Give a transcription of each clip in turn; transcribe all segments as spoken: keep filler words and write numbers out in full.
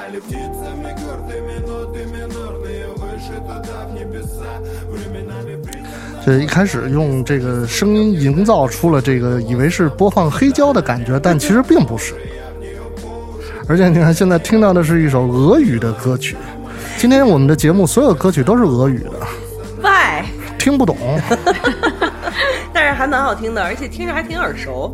这一开始用这个声音营造出了这个以为是播放黑胶的感觉，但其实并不是。而且你看现在听到的是一首俄语的歌曲，今天我们的节目所有歌曲都是俄语的， 喂， 听不懂但是还蛮好听的，而且听着还挺耳熟。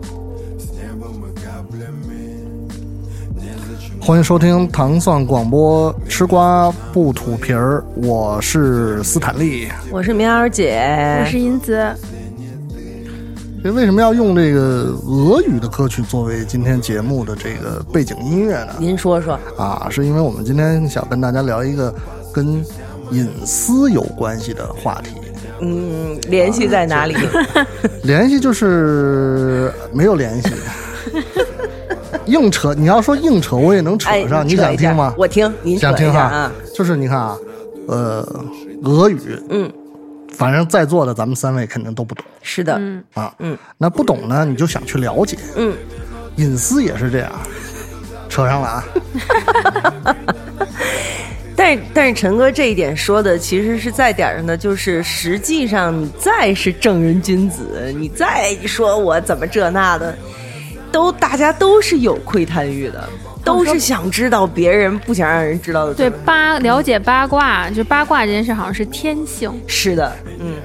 欢迎收听糖蒜广播，吃瓜不吐皮儿，我是斯坦利， 我是苗儿姐， 我是银子。 为什么要用这个俄语的歌曲作为今天节目的这个背景音乐呢？ 您说说啊，是因为我们今天想跟大家聊一个跟隐私有关系的话题。 嗯，联系在哪里？ 啊、联系就是没有联系。硬扯，你要说硬扯，我也能扯上。哎、你想听吗？ 我听，您想听哈、 啊？ 就是你看啊，呃，俄语， 嗯， 反正在座的咱们三位肯定都不懂。 是的， 嗯啊， 嗯， 那不懂呢，你就想去了解， 嗯， 隐私也是这样，扯上了啊。 但是但是陈哥这一点说的其实是在点上的，就是实际上你再是正人君子，你再说我怎么这那的。都大家都是有窥探欲的，都是想知道别人不想让人知道的。 对，八了解八卦，就八卦这件事好像是天性。 是的，嗯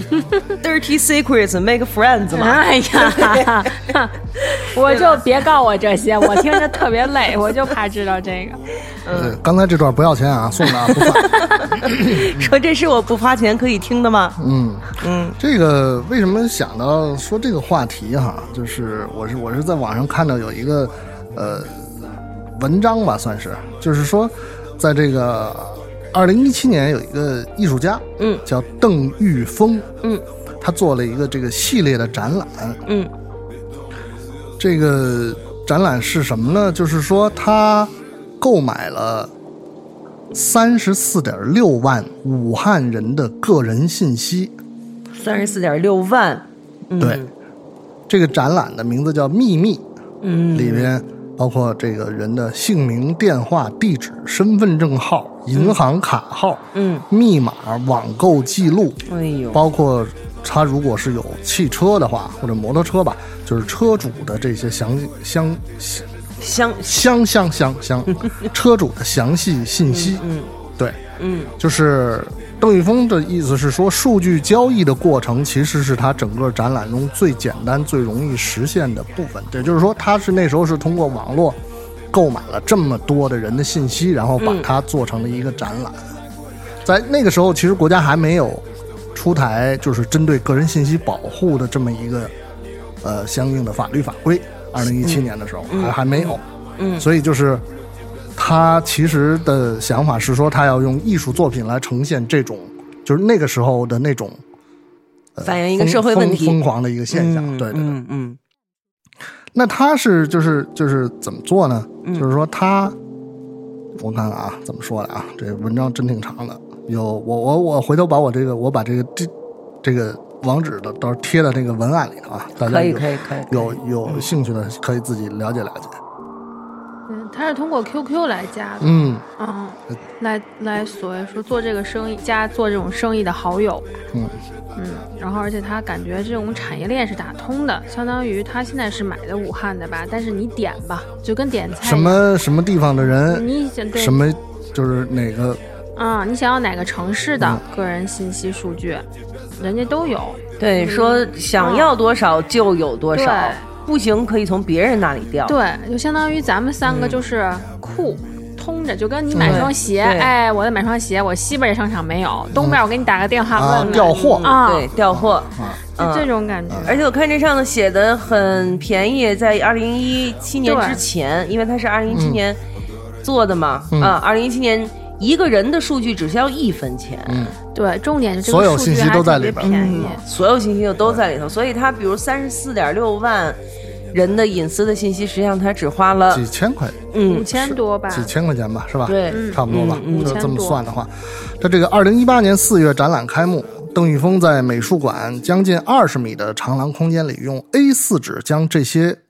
，dirty secrets make friends 嘛。 哎呀，我就别告我这些，我听着特别累，我就怕知道这个。 嗯，刚才这段不要钱啊，送的啊，不算。 说这是我不花钱可以听的吗？ 嗯嗯， 这个为什么想到说这个话题哈？就是我是我是在网上看到有一个呃文章吧，算是，就是说在这个二零一七年有一个艺术家， 嗯，叫邓玉峰， 嗯， 他做了一个这个系列的展览， 嗯， 这个展览是什么呢？就是说他购买了三十四点六万武汉人的个人信息。 三十四点六万， 嗯、对，这个展览的名字叫《秘密》， 嗯， 里边包括这个人的姓名、电话、地址、身份证号、银行卡号、 嗯， 密码、网购记录， 哎呦， 包括他如果是有汽车的话，或者摩托车吧，就是车主的这些详详详详详详详车主的详细信息， 嗯， 对， 嗯， 就是邓玉峰的意思是说，数据交易的过程其实是他整个展览中最简单、最容易实现的部分。也就是说，他是那时候是通过网络购买了这么多的人的信息，然后把它做成了一个展览。嗯、在那个时候，其实国家还没有出台就是针对个人信息保护的这么一个呃相应的法律法规。二零一七年的时候、嗯、还还没有， 嗯， 所以就是他其实的想法是说，他要用艺术作品来呈现这种，就是那个时候的那种、呃、 反映一个社会问题疯狂的一个现象， 嗯、 对对对， 嗯嗯。 那他是就是就是怎么做呢？ 嗯、 就是说他，我看看啊，怎么说的啊？这文章真挺长的，有我我我回头把我这个我把这个这这个。网址的到时候贴在这个文案里头啊，大家可以可以可以有有兴趣的可以自己了解了解。 嗯，他是通过 Q Q 来加的， 嗯嗯，来来所谓说做这个生意加做这种生意的好友， 嗯嗯，然后而且他感觉这种产业链是打通的，相当于他现在是买的武汉的吧，但是你点吧，就跟点菜什么什么地方的人， 你什么就是哪个啊、嗯，你想要哪个城市的个人信息数据。人家都有， 对，嗯、说想要多少就有多少， 嗯、 不行可以从别人那里调。 对，就相当于咱们三个就是库、嗯、通着，就跟你买双鞋，哎，我得买双鞋，我西边商场没有，嗯、东边我给你打个电话问问， 啊、调货啊， 对，调货， 啊、就这种感觉。 而且我看这上头写的很便宜，在二零一七年之前，因为它是二零一七年做的嘛， 嗯、 啊，二零一七年。一个人的数据只需要一分钱， 嗯， 对，重点是这个数据还特别便宜， 嗯、所有信息就都在里头，所以他比如三十四点六万人的隐私的信息，实际上他只花了几千块， 嗯， 五千多吧， 几千块钱吧，是吧？ 对， 差不多吧。 嗯、 就这么算的话，他这个二零一八年四月展览开幕，邓玉峰在美术馆将近二十米的长廊空间里，用 A 四 纸将这些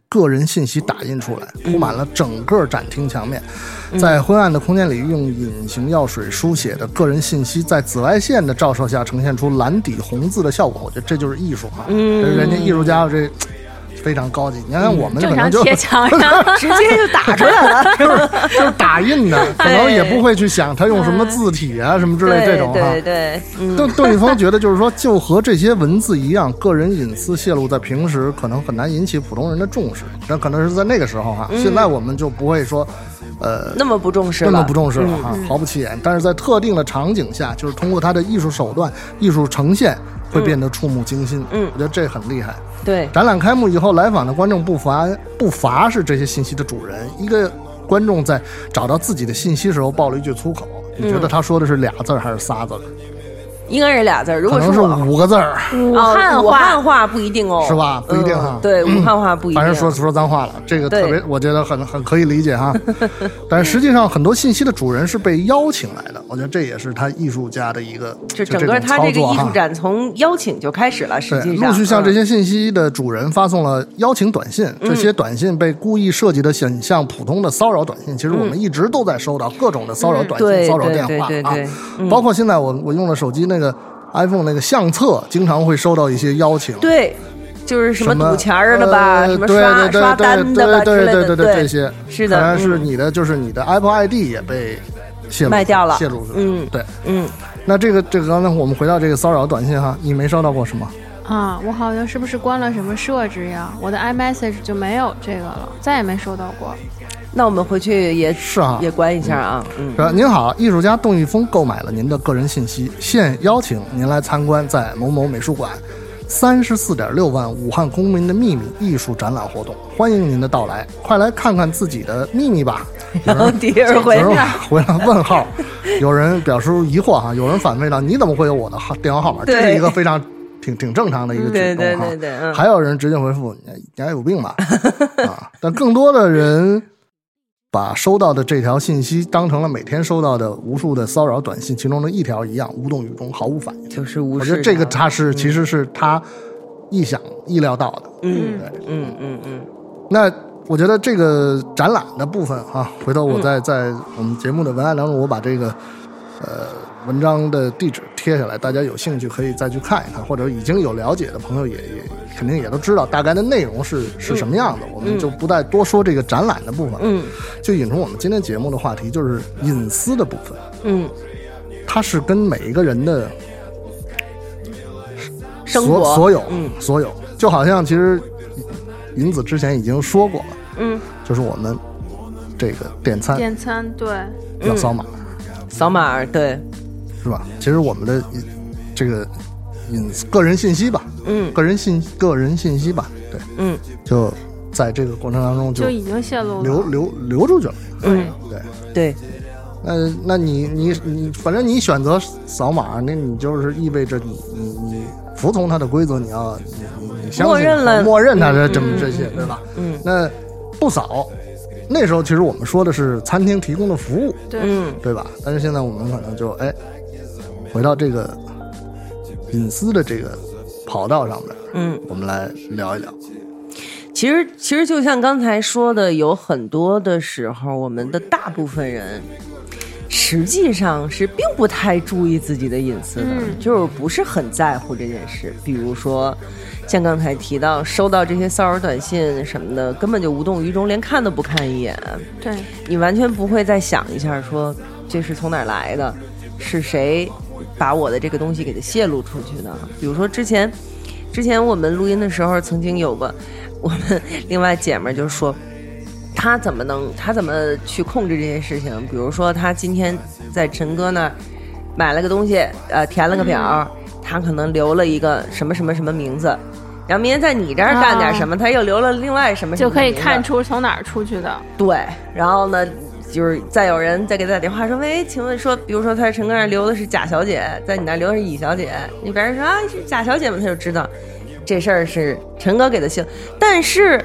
个人信息打印出来，铺满了整个展厅墙面。在昏暗的空间里，用隐形药水书写的个人信息，在紫外线的照射下呈现出蓝底红字的效果。我觉得这就是艺术啊！嗯，这人家艺术家这非常高级。你看我们可能就贴墙上直接就打出来了， 就是就是打印的，可能也不会去想他用什么字体啊、嗯、什么之类这种哈。 对对对， 邓邓宇峰觉得就是说，就和这些文字一样，个人隐私泄露在平时可能很难引起普通人的重视，那可能是在那个时候哈。嗯、现在我们就不会说。呃， 那么不重视了， 那么不重视了哈、嗯，毫不起眼。但是在特定的场景下，就是通过他的艺术手段、艺术呈现，会变得触目惊心。嗯，我觉得这很厉害。 对， 展览开幕以后，来访的观众不乏不乏是这些信息的主人。一个观众在找到自己的信息时候，爆了一句粗口，你觉得他说的是俩字还是仨字？ 应该是俩字，如果可能是五个字儿。 武汉话， 武汉话不一定哦， 是吧？不一定哈。 嗯、对，武汉话不一定。 反正说说脏话了，这个特别，我觉得很很可以理解哈。但是实际上，很多信息的主人是被邀请来的，我觉得这也是他艺术家的一个， 就整个他这个艺术展从邀请就开始了。实际上， 陆续向这些信息的主人发送了邀请短信，嗯、这些短信被故意设计的很像普通的骚扰短信。其实我们一直都在收到各种的骚扰短信、 嗯、 骚扰电话啊， 嗯、 包括现在我我用的手机那个。iPhone 那个相册经常会收到一些邀请， 对，就是什么赌钱儿的吧， 呃、 什么刷刷单的吧， 对对对对对， 这些是的， 当然是你的，就是你的 Apple I D 也被泄露卖掉了， 泄露出来， 嗯， 对， 嗯， 那这个这个刚才我们回到这个骚扰短信哈，你没收到过什么？ 啊，我好像是不是关了什么设置呀？我的 iMessage 就没有这个了，再也没收到过。 那我们回去也是啊， 也关一下啊。 嗯，嗯您好，艺术家邓玉峰购买了您的个人信息，现邀请您来参观在某某美术馆三十四点六万武汉公民的秘密艺术展览活动，欢迎您的到来，快来看看自己的秘密吧。 然后第二回回了问号，有人表示疑惑哈，有人反问到你怎么会有我的电话号码？这是一个非常。挺挺正常的一个举动哈， 对对对对、嗯， 还有人直接回复你还有病吧啊！但更多的人把收到的这条信息当成了每天收到的无数的骚扰短信其中的一条一样，无动于衷，毫无反应， 就是无视。 我觉得这个他是、嗯、其实是他意想意料到的， 嗯对， 嗯嗯嗯。 那我觉得这个展览的部分啊，回头我在、嗯、在我们节目的文案当中，我把这个呃。文章的地址贴下来，大家有兴趣可以再去看一看，或者已经有了解的朋友也也肯定也都知道大概的内容是是什么样的、嗯、我们就不再多说这个展览的部分， 嗯，就引出我们今天节目的话题，就是隐私的部分， 嗯， 它是跟每一个人的生活所有、 嗯、 所有，就好像其实银子之前已经说过了， 嗯， 就是我们这个点餐点餐对要扫码、 嗯，扫码对。 是吧？其实我们的这个隐私、个人信息吧， 嗯， 个人信个人信息吧，对， 嗯， 就在这个过程当中就就已经泄露了， 流流流出去了， 嗯， 对对。 那那你你你，反正你选择扫码，那你就是意味着你你你服从它的规则，你要你你你相信默认了， 默认它的这么这些，对吧？ 嗯， 那不扫。那时候其实我们说的是餐厅提供的服务， 对， 嗯， 对吧？但是现在我们可能就哎。回到这个隐私的这个跑道上面， 嗯， 我们来聊一聊。 其实，其实就像刚才说的，有很多的时候，我们的大部分人实际上是并不太注意自己的隐私的， 嗯、 就是不是很在乎这件事。比如说，像刚才提到收到这些骚扰短信什么的，根本就无动于衷，连看都不看一眼。 对， 你完全不会再想一下说这是从哪儿来的，是谁把我的这个东西给它泄露出去的。比如说之前之前我们录音的时候曾经有过我们另外姐们就说他怎么能他怎么去控制这些事情，比如说他今天在陈哥那儿买了个东西，呃填了个表、嗯、他可能留了一个什么什么什么名字，然后明天在你这儿干点什么、哦、他又留了另外什么什么名字， 就可以看出从哪儿出去的。 对，然后呢就是再有人再给他打电话说，喂，请问说，比如说他在陈哥那儿留的是贾小姐，在你那儿留的是乙小姐，你别人说啊是贾小姐嘛，他就知道这事儿是陈哥给的信，但是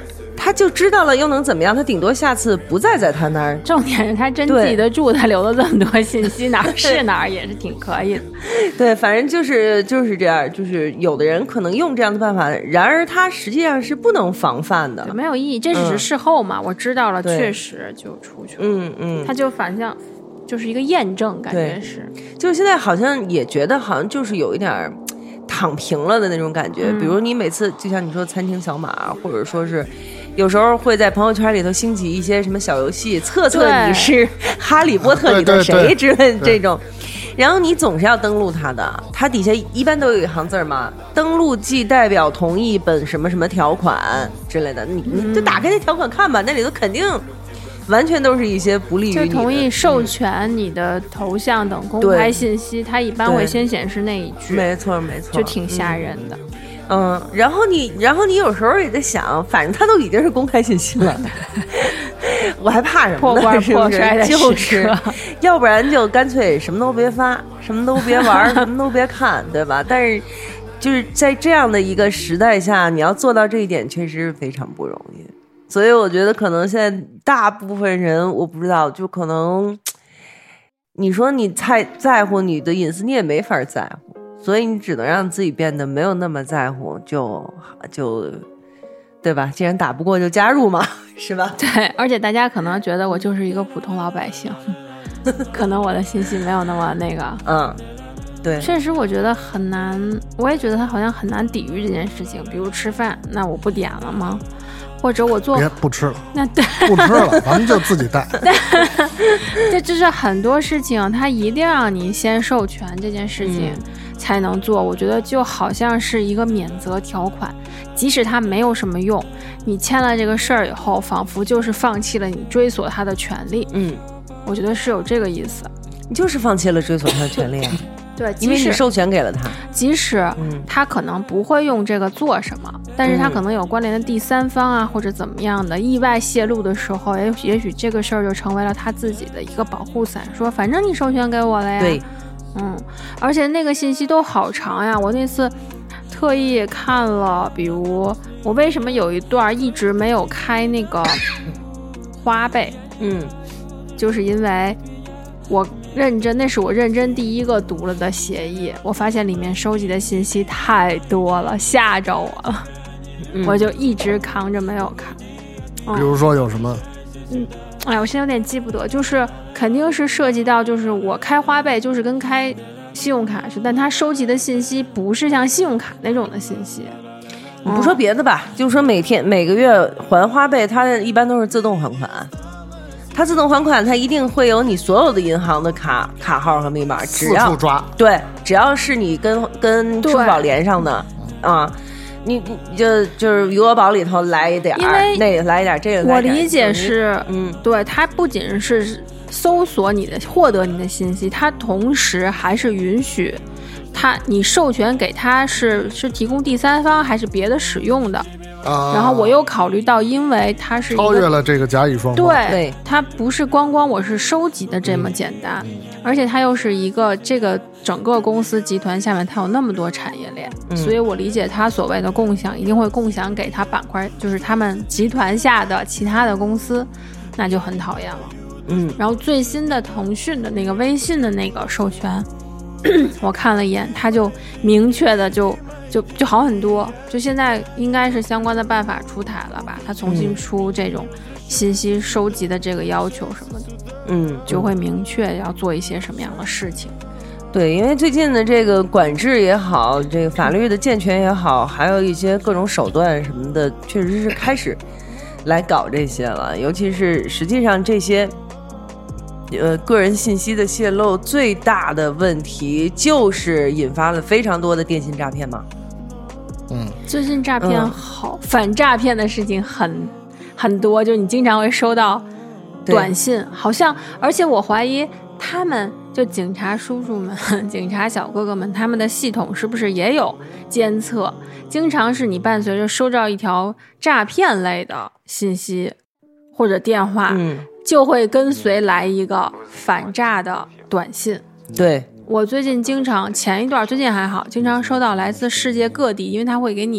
他就知道了又能怎么样？他顶多下次不再在他那儿。 重点是他真记得住，他留了这么多信息，哪儿是哪儿也是挺可以的。 对，反正就是就是这样，就是有的人可能用这样的办法，然而他实际上是不能防范的， 没有意义。这只是事后嘛，嗯、我知道了，确实就出去了。 嗯嗯， 他就反向就是一个验证，感觉是， 就是现在好像也觉得好像就是有一点躺平了的那种感觉。嗯、比如你每次就像你说餐厅小马，或者说是。有时候会在朋友圈里头兴起一些什么小游戏，测测你是哈利波特里的谁之类的这种，然后你总是要登录它的，它底下一般都有一行字嘛，登录即代表同意本什么什么条款之类的，你你就打开那条款看吧，那里头肯定完全都是一些不利于你的， 就同意授权你的头像等公开信息，它一般会先显示那一句， 没错没错， 就挺吓人的。 嗯嗯，然后你，然后你有时候也在想，反正他都已经是公开信息了，我还怕什么呢？ 破罐破摔的就是，要不然就干脆什么都别发，什么都别玩，什么都别看，对吧？但是就是在这样的一个时代下，你要做到这一点，确实是非常不容易。所以我觉得，可能现在大部分人，我不知道，就可能你说你太在乎你的隐私，你也没法在乎。所以你只能让自己变得没有那么在乎，就就对吧？既然打不过就加入嘛，是吧？ 对，而且大家可能觉得我就是一个普通老百姓，可能我的信息没有那么那个， 嗯，对， 确实我觉得很难，我也觉得他好像很难抵御这件事情。比如吃饭，那我不点了吗？或者我做别不吃了， 那对不吃了，咱们就自己带。 这就是很多事情，他一定让你先授权这件事情才能做。嗯、我觉得就好像是一个免责条款，即使它没有什么用，你签了这个事儿以后，仿佛就是放弃了你追索他的权利。 嗯， 我觉得是有这个意思， 你就是放弃了追索他的权利啊。 对， 因为你授权给了他， 即使他可能不会用这个做什么，嗯、但是他可能有关联的第三方啊，或者怎么样的意外泄露的时候，也也许这个事儿就成为了他自己的一个保护伞，说反正你授权给我了呀。 对， 嗯，而且那个信息都好长呀，我那次特意看了，比如我为什么有一段一直没有开那个花呗， 嗯， 就是因为我认真，那是我认真第一个读了的协议，我发现里面收集的信息太多了，吓着我了，嗯、我就一直扛着没有看。 嗯、比如说有什么？ 嗯，哎，我现在有点记不得，就是肯定是涉及到，就是我开花呗就是跟开信用卡似的，但它收集的信息不是像信用卡那种的信息。 你不说别的吧，嗯、就是说每天每个月还花呗，它一般都是自动还款。它自动还款，它一定会有你所有的银行的卡卡号和密码，只要四处抓， 对，只要是你跟跟支付宝连上的啊，你你就就是余额宝里头来一点，那个来一点，这个我理解是， 嗯， 对，它不仅是搜索你的、获得你的信息，它同时还是允许它你授权给它是是提供第三方还是别的使用的。 啊、 然后我又考虑到，因为它是超越了这个甲乙双方， 对，它不是光光我是收集的这么简单，嗯、而且它又是一个这个整个公司集团下面它有那么多产业链，嗯、所以我理解它所谓的共享一定会共享给它板块，就是他们集团下的其他的公司，那就很讨厌了。 嗯， 然后最新的腾讯的那个微信的那个授权，我看了一眼，它就明确的就。就就好很多，就现在应该是相关的办法出台了吧？他重新出这种信息收集的这个要求什么的， 嗯， 就会明确要做一些什么样的事情。 对，因为最近的这个管制也好，这个法律的健全也好，还有一些各种手段什么的，确实是开始来搞这些了。尤其是实际上这些。呃，个人信息的泄露最大的问题就是引发了非常多的电信诈骗嘛。 嗯， 最近诈骗好，嗯、反诈骗的事情很很多，就你经常会收到短信，好像，而且我怀疑他们就警察叔叔们、警察小哥哥们，他们的系统是不是也有监测？经常是你伴随着收到一条诈骗类的信息或者电话。 嗯。 就会跟随来一个反诈的短信。 对， 我最近经常前一段最近还好，经常收到来自世界各地，因为他会给你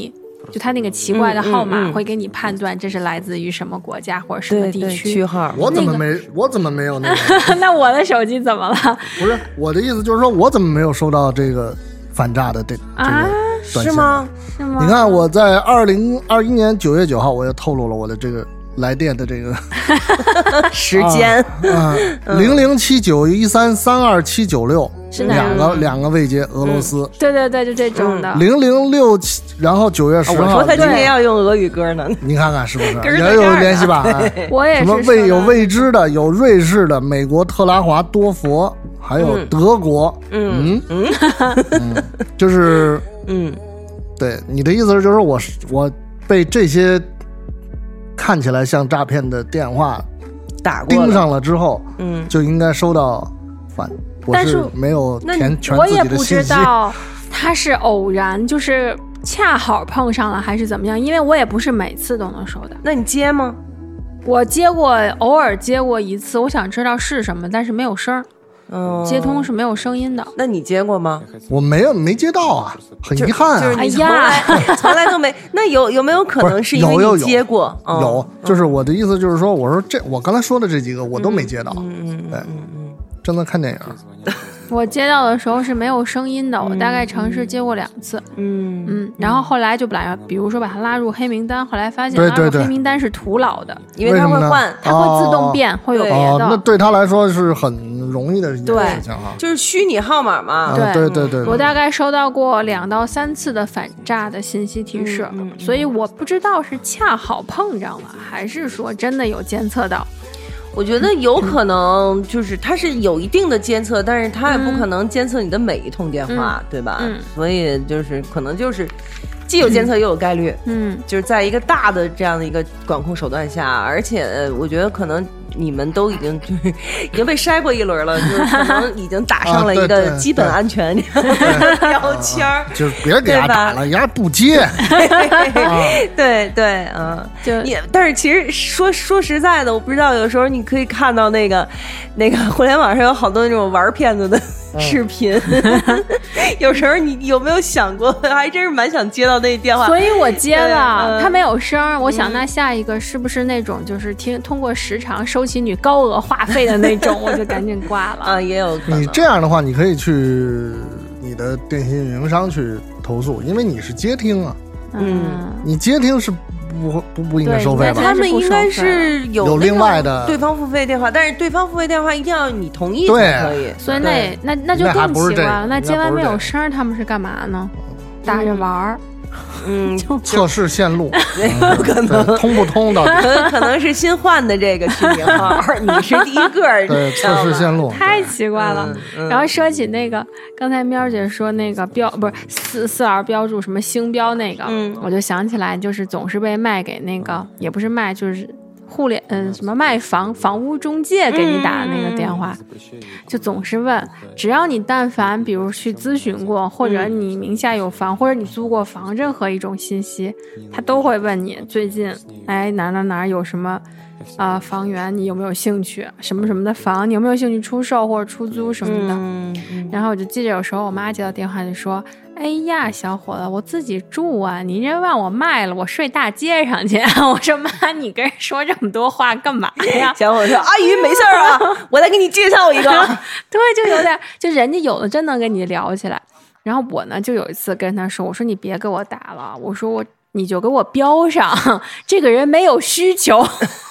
就它那个奇怪的号码嗯嗯嗯会给你判断这是来自于什么国家或者什么地对对区。 区号， 我怎么没、那个、我怎么没有那个？ 那我的手机怎么了？ 不是我的意思，就是说我怎么没有收到这个反诈的这、 啊、 这个是吗？ 是吗？ 你看我在二零二一年九月九号，我也透露了我的这个来电的这个时间， 啊，零零七九一三三二七九六， 是两个两个未接，俄罗斯。 嗯、对对对，就这种的。 零零六七，然后九月十号、 哦，我说他今天要用俄语歌呢， 你看看是不是？ 也有联系吧？ 哎、我也是。 什么未有未知的，有瑞士的，美国特拉华多佛，还有德国。 嗯嗯 嗯, 嗯，就是嗯， 对你的意思就是我我被这些看起来像诈骗的电话打过盯上了之后， 嗯， 就应该收到反。我是没有填全自己的信息。 我也不知道他是偶然，就是恰好碰上了，还是怎么样？因为我也不是每次都能收到。 那你接吗？ 我接过，偶尔接过一次。我想知道是什么，但是没有声。嗯，接通是没有声音的。 那你接过吗？ 我没有，没接到啊，很遗憾啊。 就是你从来、哎、从来都没。那有有没有可能是因为你接过？ 有, 有, 有, 有、嗯，就是我的意思就是说，我说这我刚才说的这几个我都没接到。 嗯嗯对， 嗯嗯， 正在看电影。 我接到的时候是没有声音的，我大概尝试接过两次。嗯嗯，然后后来就本来比如说把它拉入黑名单，后来发现拉入黑名单是徒劳的， 因为它会换， 它会自动变，哦、会有别的、 哦。那对他来说是很容易的一件事情哈， 就是虚拟号码嘛。 对、啊、对对 对, 对。 我大概收到过两到三次的反诈的信息提示， 嗯嗯、 所以我不知道是恰好碰上了，还是说真的有监测到。 我觉得有可能就是它是有一定的监测，但是它也不可能监测你的每一通电话， 嗯、 对吧？ 嗯， 所以就是可能就是既有监测又有概率， 嗯， 就是在一个大的这样的一个管控手段下，而且我觉得可能你们都已经就是已经被筛过一轮了，就是可能已经打上了一个基本安全标签儿， 就是别给他打了，人家不接。 对对，嗯，就也，但是其实说说实在的，我不知道有时候你可以看到那个那个互联网上有好多那种玩骗子的视频，嗯、有时候你有没有想过，还真是蛮想接到那电话， 所以我接了，他、嗯、没有声，我想嗯那下一个是不是那种就是听通过时长收取你高额话费的那种，我就赶紧挂了啊，也有可能。 你这样的话，你可以去你的电信运营商去投诉，因为你是接听啊， 嗯， 你接听是不不不应该收费吧？ 他们应该是有有另外的对方付费电话，但是对方付费电话一定要你同意才可以。 所以那那那就更奇怪了。那接完没有声，他们是干嘛呢？打着玩儿。 嗯， 测试线路， 有可能通不通到底？ 可能是新换的这个虚拟号，你是第一个。 对，测试线路太奇怪了。 嗯嗯、 然后说起那个，刚才喵姐说那个标不是四四 R 标注什么星标那个， 嗯， 我就想起来，就是总是被卖给那个，也不是卖，就是。互联嗯什么卖房房屋中介给你打的那个电话，嗯、就总是问，只要你但凡比如去咨询过，或者你名下有房，或者你租过房，任何一种信息，他都会问你最近哎哪哪哪有什么啊、呃、房源，你有没有兴趣？什么什么的房，你有没有兴趣出售或者出租什么的？ 嗯嗯、 然后我就记得有时候我妈接到电话就说。哎呀，小伙子，我自己住啊，你这让我卖了，我睡大街上去。我说妈，你跟人说这么多话干嘛呀？ 小伙子说：“阿姨没事啊，我再给你介绍一个。” 对，就有点，就人家有的真能跟你聊起来。然后我呢，就有一次跟他说：“我说你别给我打了，我说我你就给我标上，这个人没有需求。”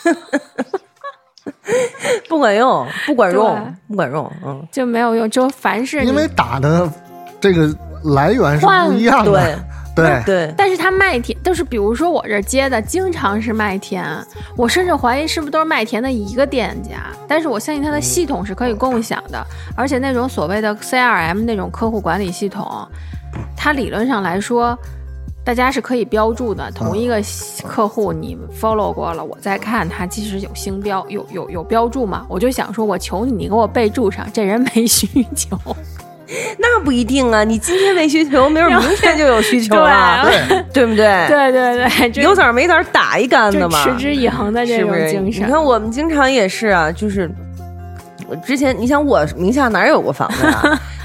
不管用，不管用，不管用，嗯， 就没有用，就凡是因为打的这个。来源是不一样的， 对对对， 但是他麦田都是，比如说我这接的经常是麦田，我甚至怀疑是不是都是麦田的一个店家，但是我相信它的系统是可以共享的，而且那种所谓的 C R M 那种客户管理系统，它理论上来说大家是可以标注的，同一个客户你 follow 过了，我再看它其实有星标，有有有标注嘛，我就想说我求你，你给我备注上，这人没需求。 那不一定啊，你今天没需求，没准明天就有需求了， 对对不对？ 对对对， 有枣没枣打一竿子嘛， 持之以恒的这种精神。 你看我们经常也是啊，就是之前你想我名下哪有过房子啊？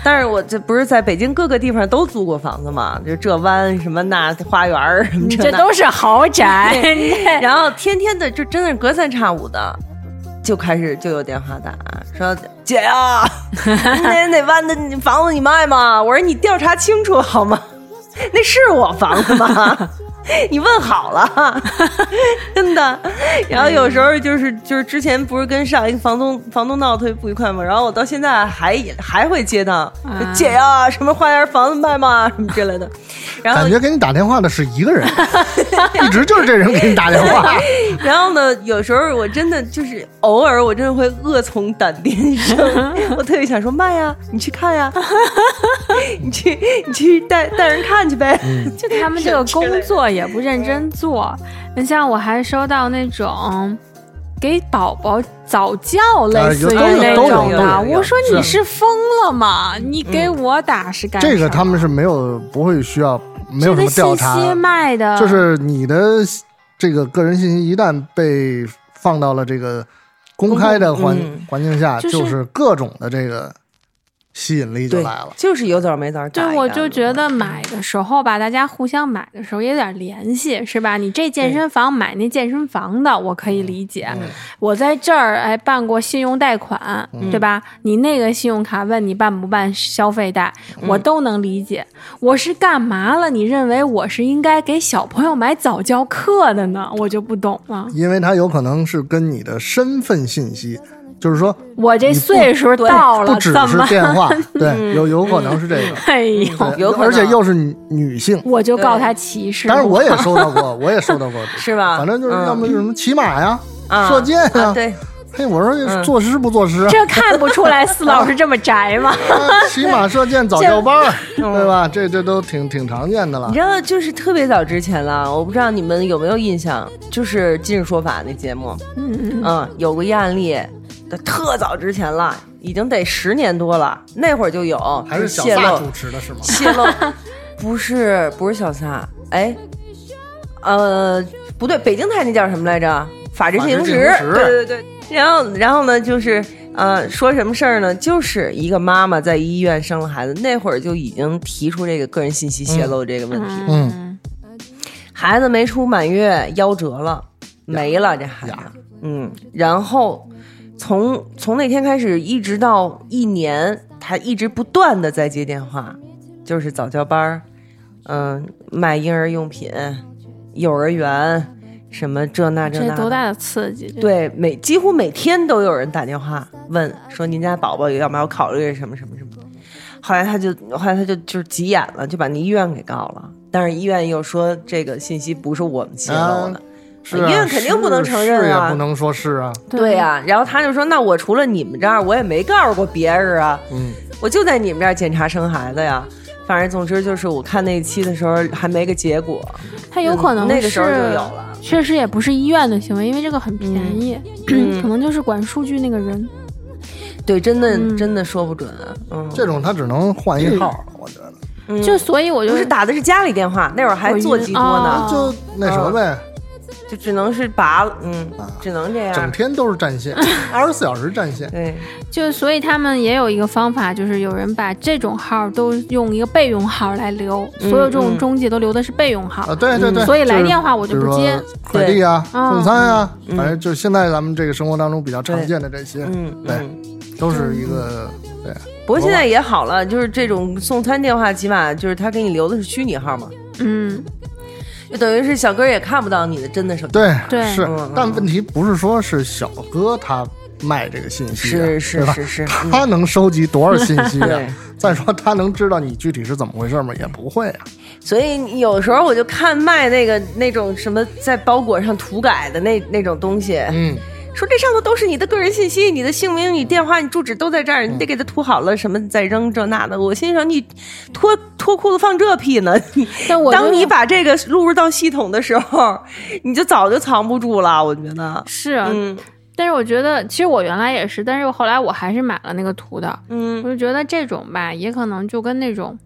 但是我这不是在北京各个地方都租过房子嘛，就这湾什么那花园什么这都是豪宅。 然后天天的就真的是隔三差五的就开始就有电话打说姐呀，那哪湾的房子你卖吗？我说你调查清楚好吗？那是我房子吗？你问好了，真的。然后有时候就是就是之前不是跟上一个房东房东闹得特别不愉快嘛，然后我到现在还还会接到、啊、姐呀，什么花园房子卖吗？什么之类的。然后感觉给你打电话的是一个人，一直就是这人给你打电话。 然后呢，有时候我真的就是偶尔我真的会恶从胆边生，我特别想说卖呀，你去看呀，你去你去带带人看去呗。 嗯、 就他们这个工作也不认真做。你像我还收到那种给宝宝早教类似于那种的，我说你是疯了吗？你给我打是干什么？ 这个他们是没有不会需要没有什么调查， 这个信息卖的就是你的这个个人信息一旦被放到了这个公开的环、嗯、环境下， 就是、 就是各种的这个吸引力就来了， 就是有枣没枣。 对，我就觉得买的时候吧，大家互相买的时候也有点联系，是吧？你这健身房买那健身房的，我可以理解。嗯、我在这儿哎办过信用贷款，嗯、对吧？你那个信用卡问你办不办消费贷，嗯、我都能理解。我是干嘛了？你认为我是应该给小朋友买早教课的呢？我就不懂了。 因为它有可能是跟你的身份信息。就是说我这岁数到了， 不只是电话，对，有有可能是这个， 哎呦， 有可能， 而且又是女性， 我就告他歧视。 当然我也收到过，我也收到过， 是吧？ 反正就是要么什么骑马呀、 嗯、 射箭呀、 啊，对。 嘿，我说作诗不作诗、 嗯，这看不出来司老师这么宅吗？ 骑马射箭早教班，对吧？这这都挺挺常见的了。 你知道，就是特别早之前了，我不知道你们有没有印象，就是《今日说法》那节目，嗯嗯，有个一案例。特早之前了，已经得十年多了，那会儿就有， 还是小撒主持的是吗？ 泄露，不是不是小撒，哎，呃，不对，北京台那叫什么来着？法制进行时，对对对。然后然后呢，就是呃，说什么事儿呢？就是一个妈妈在医院生了孩子，那会儿就已经提出这个个人信息泄露这个问题， 嗯，嗯孩子没出满月夭折了，没了这孩子，嗯，然后。从从那天开始一直到一年，他一直不断的在接电话，就是早教班，嗯，卖婴儿用品，幼儿园，什么这那这那， 这多大的刺激！ 对，每几乎每天都有人打电话问说您家宝宝要不要考虑什么什么什么。后来他就后来他就就是急眼了，就把那医院给告了，但是医院又说这个信息不是我们泄露的。啊是啊、 医院肯定不能承认啊， 也不能说是啊， 对呀、啊。然后他就说：“那我除了你们这儿，我也没告诉过别人啊， 嗯， 我就在你们这儿检查生孩子呀。反正总之就是我看那期的时候还没个结果， 他有可能是、 嗯、那个时候就有了。 确实也不是医院的行为，因为这个很便宜，嗯、可能就是管数据那个人。 对，真的、嗯、真的说不准。嗯， 这种他只能换一号，嗯、我觉得。 嗯、 就所以我就不是打的是家里电话，那会儿还座机多呢， 就那什么呗。嗯就只能是拔了，嗯、啊，只能这样， 整天都是占线，二十四小时占线。 对， 就所以他们也有一个方法，就是有人把这种号都用一个备用号来留，嗯、所有这种中介都留的是备用号。 啊，对对对。 所以来电话我就不接。 快递啊，送餐啊， 嗯、 反正就现在咱们这个生活当中比较常见的这些， 嗯， 对，都是一个对。 不过现在也好了，就是这种送餐电话，起码就是他给你留的是虚拟号嘛。 嗯。 就等于是小哥也看不到你的真的手机， 对对是、 嗯， 但问题不是说是小哥他卖这个信息、啊， 是是是是， 他能收集多少信息啊？再说他能知道你具体是怎么回事吗？也不会啊。 所以有时候我就看卖那个那种什么在包裹上涂改的那那种东西， 嗯。 说这上头都是你的个人信息，你的姓名、你电话、你住址都在这儿，你得给他涂好了，什么再扔这那的。我心想，你脱脱裤子放这屁呢？ 但我当你把这个录入到系统的时候，你就早就藏不住了。我觉得是啊， 嗯， 但是我觉得其实我原来也是，但是后来我还是买了那个涂的， 嗯， 我就觉得这种吧，也可能就跟那种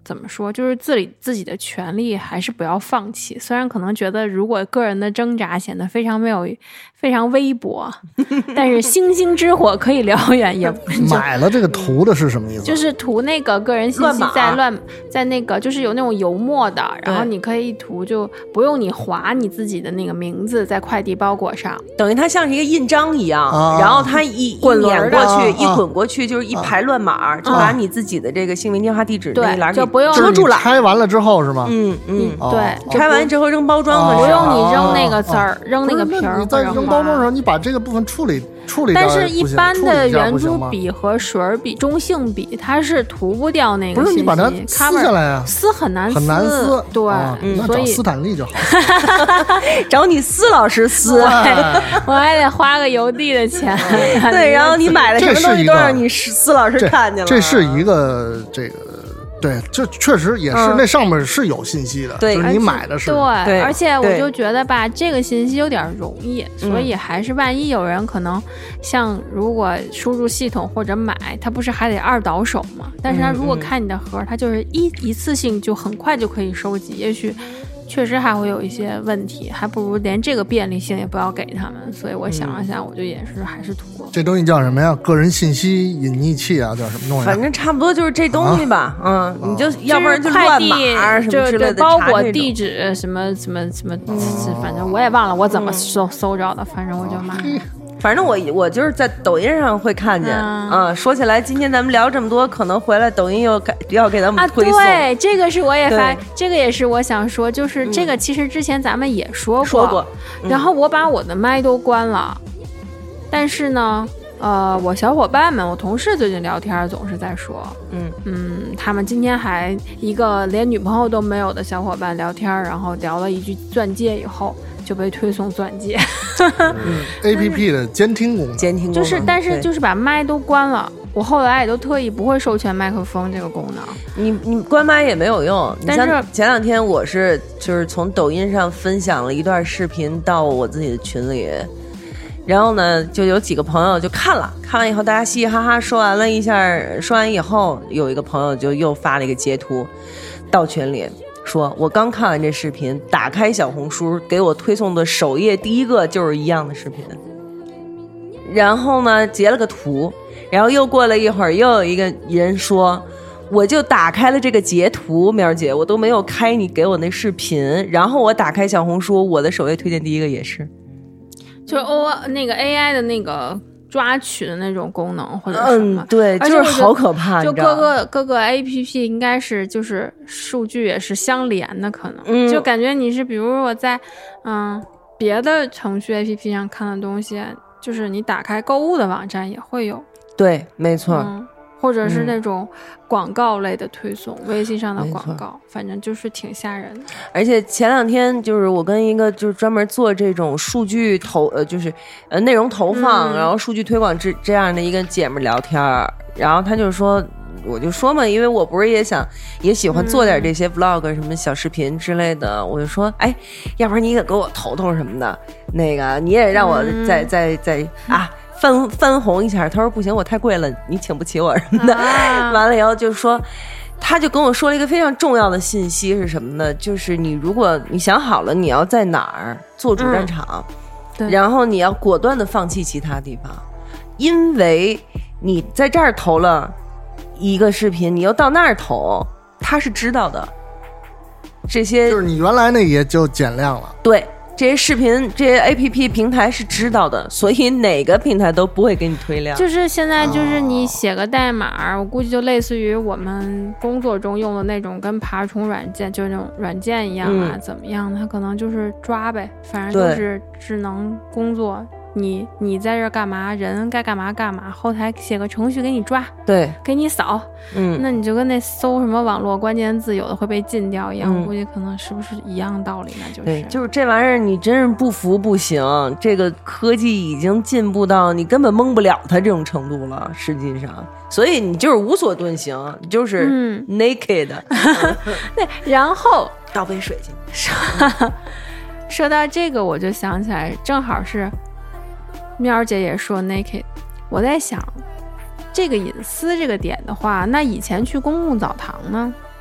怎么说，就是自己自己的权利还是不要放弃。虽然可能觉得如果个人的挣扎显得非常没有非常微薄，但是星星之火可以燎原，也买了这个图的是什么意思？ 就是涂那个个人信息在乱在那个就是有那种油墨的，然后你可以一涂就不用你划你自己的那个名字在快递包裹上， 等于它像是一个印章一样， 啊、 然后它一滚一碾过去、 啊、 一滚过去就是一排乱码，啊、就把你自己的这个姓名、电话、地址那一栏给不用遮住了。 拆完了之后是吗？ 嗯嗯， 哦、 对， 拆完之后扔包装的时候， 不用你扔那个字儿、哦，扔那个皮儿。 你在扔包装的时候，你把这个部分处理处理掉。 但是，一般的圆珠笔和水笔、中性笔，它是涂不掉那个信息。 不是你把它撕下来啊？ 撕很难撕， 很难撕。 对， 啊嗯、 那找斯坦利就好。 找你斯老师撕， 我还得花个邮递的钱。 对，然后你买的什么东西都让你斯老师看见了。 这是一个这个。对，这确实也是、嗯，那上面是有信息的， 对， 就是你买的是对，对，而且我就觉得吧，这个信息有点容易，所以还是万一有人可能像如果输入系统或者买，他不是还得二倒手吗？但是他如果看你的盒，他就是一一次性就很快就可以收集，也许确实还会有一些问题，还不如连这个便利性也不要给他们。所以我想了想，我就也是还是涂了。 这东西叫什么呀？个人信息隐匿器啊，叫什么东西？ 反正差不多就是这东西吧。啊、嗯，你就要不然就乱码什么之类的， 包裹地址什么什么什么，嗯、反正我也忘了我怎么搜、嗯、搜着的，反正我就买。 嗯反正我我就是在抖音上会看见啊、嗯嗯。说起来，今天咱们聊这么多，可能回来抖音又要给咱们推送。 啊、对，这个是我也发，这个也是我想说，就是这个其实之前咱们也说过， 说过。 嗯、然后我把我的麦都关了，但是呢，呃，我小伙伴们，我同事最近聊天总是在说， 嗯嗯，他们今天还一个连女朋友都没有的小伙伴聊天，然后聊了一句钻戒以后。就被推送钻戒嗯、A P P 的监听功能， 监听功能就是，但是就是把麦都关了。我后来也都特意不会授权麦克风这个功能。 你你关麦也没有用。 但是前两天我是就是从抖音上分享了一段视频到我自己的群里，然后呢就有几个朋友就看了，看完以后大家嘻嘻哈哈说完了一下，说完以后有一个朋友就又发了一个截图到群里。说我刚看完这视频，打开小红书给我推送的首页第一个就是一样的视频，然后呢截了个图，然后又过了一会儿又有一个人说我就打开了这个截图，苗姐我都没有开你给我那视频，然后我打开小红书，我的首页推荐第一个也是就是 O 那个 A I 的那个抓取的那种功能或者什么， 嗯，对，就是好可怕。 就各个各个 A P P 应该是就是数据也是相连的，可能、嗯、就感觉你是比如我在嗯别的程序 A P P 上看的东西，就是你打开购物的网站也会有。 对，没错。 嗯，或者是那种广告类的推送，嗯、微信上的广告，反正就是挺吓人的。 而且前两天就是我跟一个就是专门做这种数据投呃就是呃内容投放、嗯，然后数据推广这这样的一个姐们聊天，然后他就说，我就说嘛，因为我不是也想也喜欢做点这些 vlog 什么小视频之类的，嗯、我就说，哎，要不然你也给我投投什么的，那个你也让我再、嗯、再再啊。翻翻红一下，他说不行，我太贵了，你请不起我什么的。啊、完了以后就说，他就跟我说了一个非常重要的信息是什么呢？就是你如果你想好了你要在哪儿做主战场， 嗯、 然后你要果断的放弃其他地方，因为你在这儿投了一个视频，你又到那儿投，他是知道的。这些就是你原来那也就减量了。 对。这些视频这些 A P P 平台是知道的，所以哪个平台都不会给你推量。 就是现在就是你写个代码、哦、我估计就类似于我们工作中用的那种跟爬虫软件就是那种软件一样啊、嗯、怎么样，它可能就是抓呗，反正就是智能工作，你你在这干嘛，人该干嘛干嘛，后台写个程序给你抓， 对， 给你扫。 嗯， 那你就跟那搜什么网络关键字有的会被禁掉一样、嗯、我估计可能是不是一样道理呢？就是对，就是这玩意儿你真是不服不行，这个科技已经进步到你根本蒙不了它这种程度了，实际上，所以你就是无所遁形，你就是 naked、 嗯、对，然后倒杯水进去。 说到这个我就想起来，正好是喵姐也说 naked， 我在想这个隐私这个点的话，那以前去公共澡堂呢，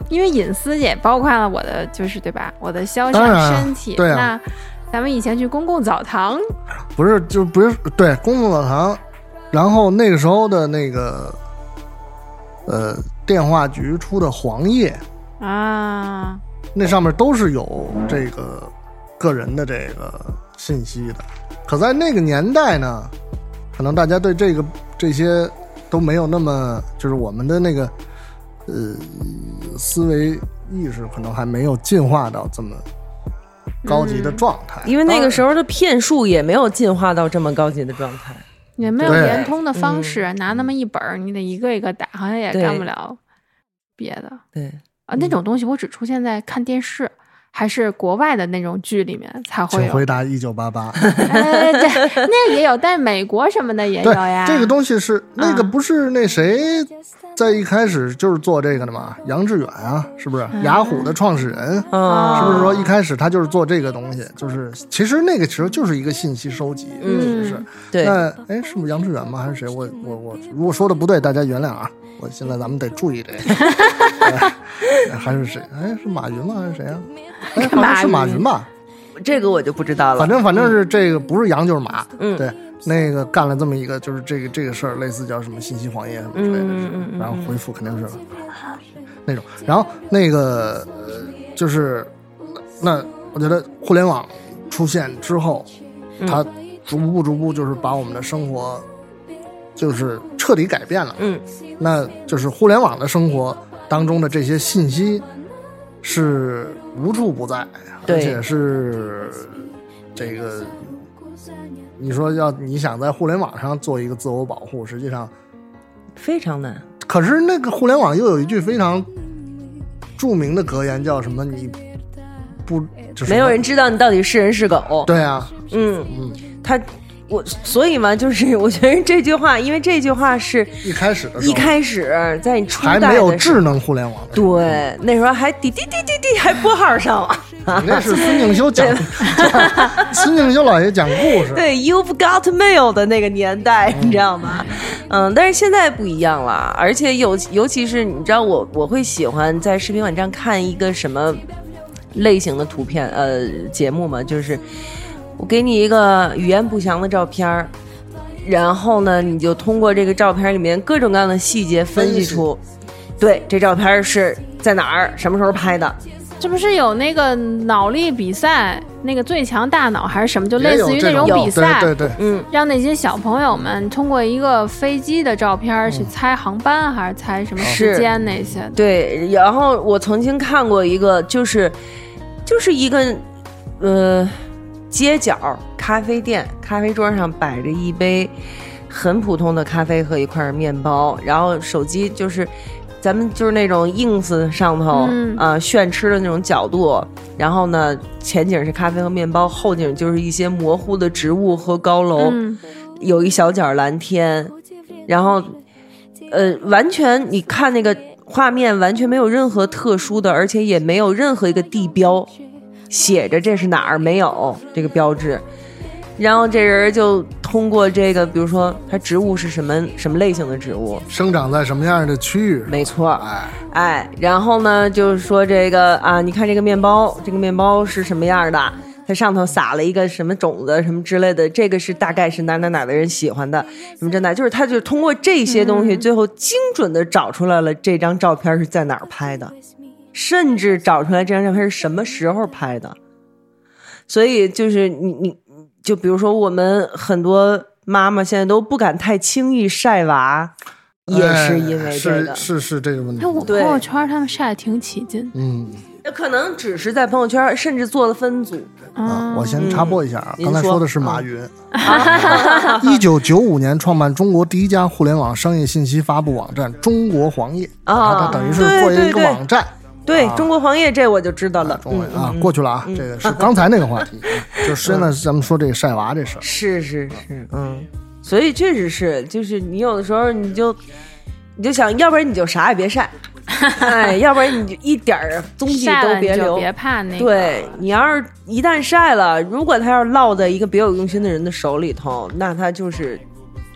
因为隐私也包括了我的，就是对吧？我的肖当然像、身体。 对啊， 那咱们以前去公共澡堂， 不是就不是对公共澡堂，然后那个时候的那个呃电话局出的黄页啊， 那上面都是有这个个人的这个信息的。可在那个年代呢，可能大家对这个这些都没有那么，就是我们的那个呃思维意识可能还没有进化到这么高级的状态、 嗯、因为那个时候的骗术也没有进化到这么高级的状态， 也没有联通的方式、嗯、拿那么一本你得一个一个打，好像也干不了别的。 对啊，那种东西我只出现在看电视还是国外的那种剧里面才会有。 请回答一九八八。 呃，这那个也有，但是美国什么的也有呀。 这个东西是那个不是那谁在一开始就是做这个的嘛？杨致远啊，是不是？嗯、雅虎的创始人， 嗯、 是不是说一开始他就是做这个东西？就是其实那个时候就是一个信息收集， 嗯， 是。 对。 那哎，是不是杨致远吗？还是谁？我我我，如果说的不对，大家原谅啊。我现在咱们得注意这个。哎、还是谁？哎，是马云吗？还是谁啊？哎，好像是马云吧？ 这个我就不知道了。 反正反正是这个，不是羊就是马。 嗯， 对，那个干了这么一个，就是这个这个事儿，类似叫什么信息黄页什么之类的， 嗯嗯嗯、 然后回复肯定是那种。然后那个呃，就是那我觉得互联网出现之后，它逐步逐步就是把我们的生活就是彻底改变了。 嗯， 那就是互联网的生活当中的这些信息是无处不在，而且是这个你说要你想在互联网上做一个自我保护，实际上非常难。 可是那个互联网又有一句非常著名的格言，叫什么？你不没有人知道你到底是人是狗。 对啊， 嗯嗯，他。我所以嘛，就是我觉得这句话，因为这句话是一开始的时候， 一开始在你初代的还没有智能互联网， 对，那时候还滴滴滴滴滴，还拨号上了。 你那是孙敬修讲，孙敬修老爷讲故事。 对 ，You've got mail 的那个年代，你知道吗？嗯，但是现在不一样了，而且尤尤其是你知道我我会喜欢在视频网站看一个什么类型的图片呃节目嘛，就是我给你一个语言不详的照片，然后呢你就通过这个照片里面各种各样的细节分析出对这照片是在哪儿什么时候拍的。 这不是有那个脑力比赛，那个最强大脑还是什么，就类似于那种比赛， 对对对， 嗯，让那些小朋友们通过一个飞机的照片去猜航班、嗯、还是猜什么时间那些。 对，然后我曾经看过一个，就是就是一个呃街角咖啡店，咖啡桌上摆着一杯很普通的咖啡和一块面包，然后手机就是咱们就是那种 ins 上头、嗯、啊炫吃的那种角度，然后呢前景是咖啡和面包，后景就是一些模糊的植物和高楼、嗯、有一小角蓝天，然后呃完全你看那个画面完全没有任何特殊的，而且也没有任何一个地标写着这是哪儿，没有这个标志。然后这人就通过这个，比如说它植物是什么什么类型的植物， 生长在什么样的区域， 没错，哎哎，然后呢就是说这个啊，你看这个面包，这个面包是什么样的，它上头撒了一个什么种子什么之类的，这个是大概是哪哪哪的人喜欢的，什么真的，就是他就通过这些东西、嗯、最后精准的找出来了这张照片是在哪儿拍的，甚至找出来这张照片是什么时候拍的。所以就是你你就比如说我们很多妈妈现在都不敢太轻易晒娃，也是因为这个、 哎、是是是这个问题。 我朋友圈他们晒得挺起劲， 嗯， 可能只是在朋友圈甚至做了分组、 嗯啊、我先插播一下啊、嗯、刚才说的是马云， 一九九五年创办中国第一家互联网商业信息发布网站中国黄页啊， 它等于是做一个网站， 对、 啊、 中国黄页这我就知道了， 中文啊、 嗯、 过去了啊、嗯、这个是刚才那个话题、嗯、就现在咱们说这个晒娃这事儿， 是是是，嗯，所以确实是，就是你有的时候你就你就想要不然你就啥也别晒哎，要不然你就一点踪迹都别留， 别怕那个。 对，你要是一旦晒了，如果他要是落在一个别有用心的人的手里头，那他就是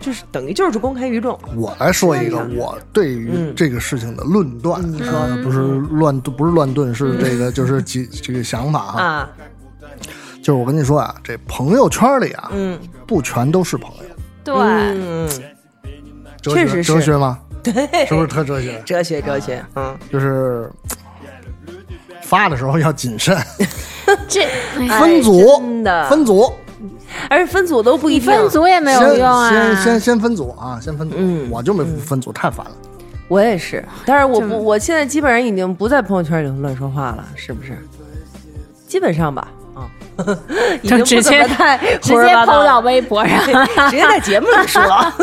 这是等于就是公开于众。 我来说一个我对于这个事情的论断， 嗯、 呃，不是乱不是乱炖，是这个、嗯、就是几这个想法哈。 啊， 就是我跟你说啊，这朋友圈里啊， 嗯， 不全都是朋友。 对， 嗯，确实是哲学吗？ 对， 是不是特哲学？ 哲学，哲学，嗯， 就是发的时候要谨慎。 这分组， 哎、真的分组。 而且分组都不一定， 分组也没有用啊。 先先先分组啊，先分组。 嗯， 我就没分组，嗯、太烦了。 我也是，但是我不，我现在基本上已经不在朋友圈里乱说话了，是不是？基本上吧，啊、嗯，已经不直接太直接抛到微博上， 直接在节目里说，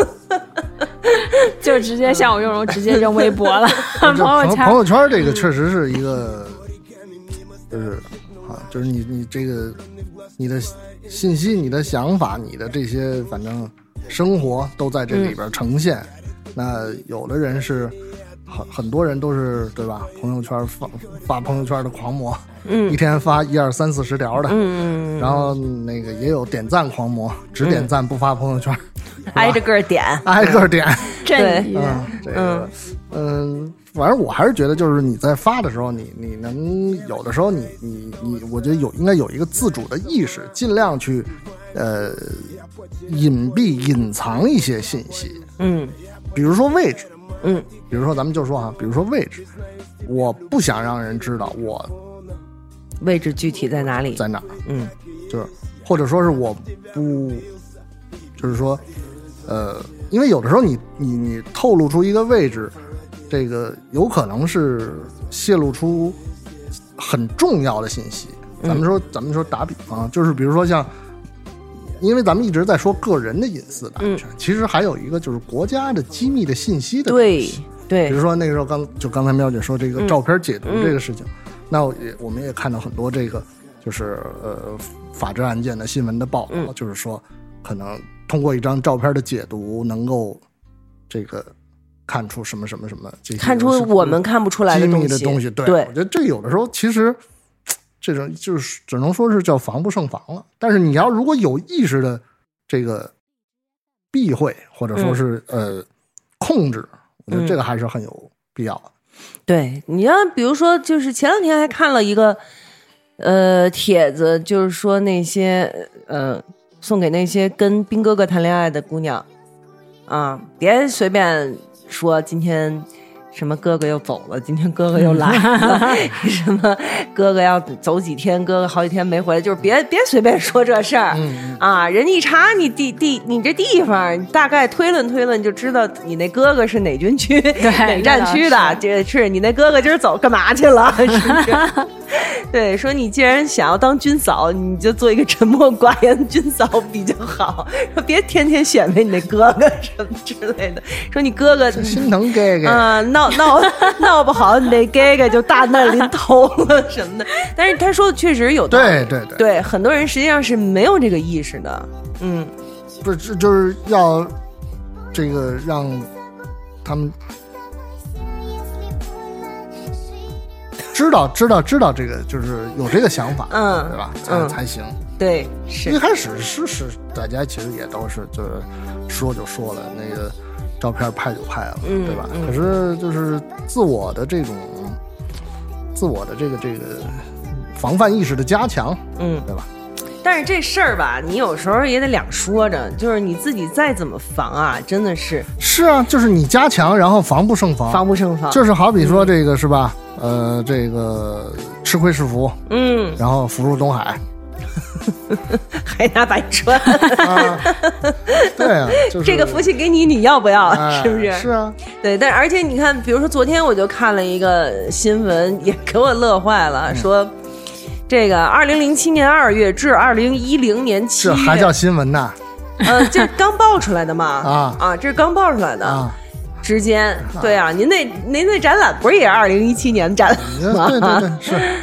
就直接像我用容直接扔微博了。朋友圈， 朋友圈这个确实是一个，就是啊，就是你你这个你的信息、你的想法、你的这些反正生活都在这里边呈现。嗯、那有的人是很很多人都是对吧？朋友圈发发朋友圈的狂魔， 嗯， 一天发一二三四十条的， 嗯， 然后那个也有点赞狂魔，只点赞不发朋友圈， 嗯、挨着个点， 挨个点， 对， 嗯，这个，嗯。反正我还是觉得，就是你在发的时候，你你能有的时候你，你你你，我觉得有应该有一个自主的意识，尽量去，呃，隐蔽、隐藏一些信息。 嗯， 比如说位置， 嗯， 比如说咱们就说哈，比如说位置，我不想让人知道我位置具体在哪里， 在哪儿。 嗯， 就是或者说是我不，就是说，呃，因为有的时候你你你透露出一个位置。这个有可能是泄露出很重要的信息。咱们说，嗯、咱们说打比方，就是比如说像，因为咱们一直在说个人的隐私的安全，嗯、其实还有一个就是国家的机密的信息的东西。 对对， 比如说那个时候刚就刚才喵姐说这个照片解读这个事情，嗯、那我也我们也看到很多这个就是呃法治案件的新闻的报道，嗯、就是说可能通过一张照片的解读能够这个。看出什么什么什么， 看出我们看不出来的东西。 机密的东西，对， 对我觉得这有的时候其实这种就是只能说是叫防不胜防了。但是你要如果有意识的这个避讳或者说是、嗯、呃控制，我觉得这个还是很有必要的。 嗯、对，你要比如说，就是前两天还看了一个呃帖子，就是说那些呃送给那些跟兵哥哥谈恋爱的姑娘啊，别随便。说今天什么哥哥又走了，今天哥哥又来了，什么哥哥要走几天，哥哥好几天没回来，就是别别随便说这事儿、 嗯、 啊！人家一查你地地你这地方，你大概推论推论就知道你那哥哥是哪军区哪战区的，这是你那哥哥今儿走干嘛去了？是不是？对，说你既然想要当军嫂，你就做一个沉默寡言的军嫂比较好，说别天天显摆你那哥哥什么之类的。说你哥哥心疼哥哥啊、呃，闹闹闹不好，你那哥哥就大难临头了什么的。但是他说的确实有道理， 对对对， 对，很多人实际上是没有这个意识的。嗯， 不是，就是要这个让他们。知道知道知道这个就是有这个想法， 嗯， 对吧？才、 嗯、 才行。 对，是一开始是是大家其实也都是就是说就说了，那个照片拍就拍了， 嗯、 对吧、 嗯？ 可是就是自我的这种自我的这个这个防范意识的加强， 嗯， 对吧？ 但是这事儿吧，你有时候也得两说着，就是你自己再怎么防啊，真的是是啊，就是你加强，然后防不胜防， 防不胜防。 就是好比说这个、嗯、是吧？呃，这个吃亏是福， 嗯， 然后福如东海， 海纳百川， 啊、对啊、就是， 这个福气给你，你要不要？ 哎、 是不是？ 是啊， 对，但而且你看，比如说昨天我就看了一个新闻，也给我乐坏了，嗯、说这个二零零七年二月至二零一零年七月， 这还叫新闻呢？ 呃，这刚爆出来的嘛， 啊啊，这是刚爆出来的。 啊之间，对啊，您那您那展览不是也是二零一七年展览吗？ 对对对，是是。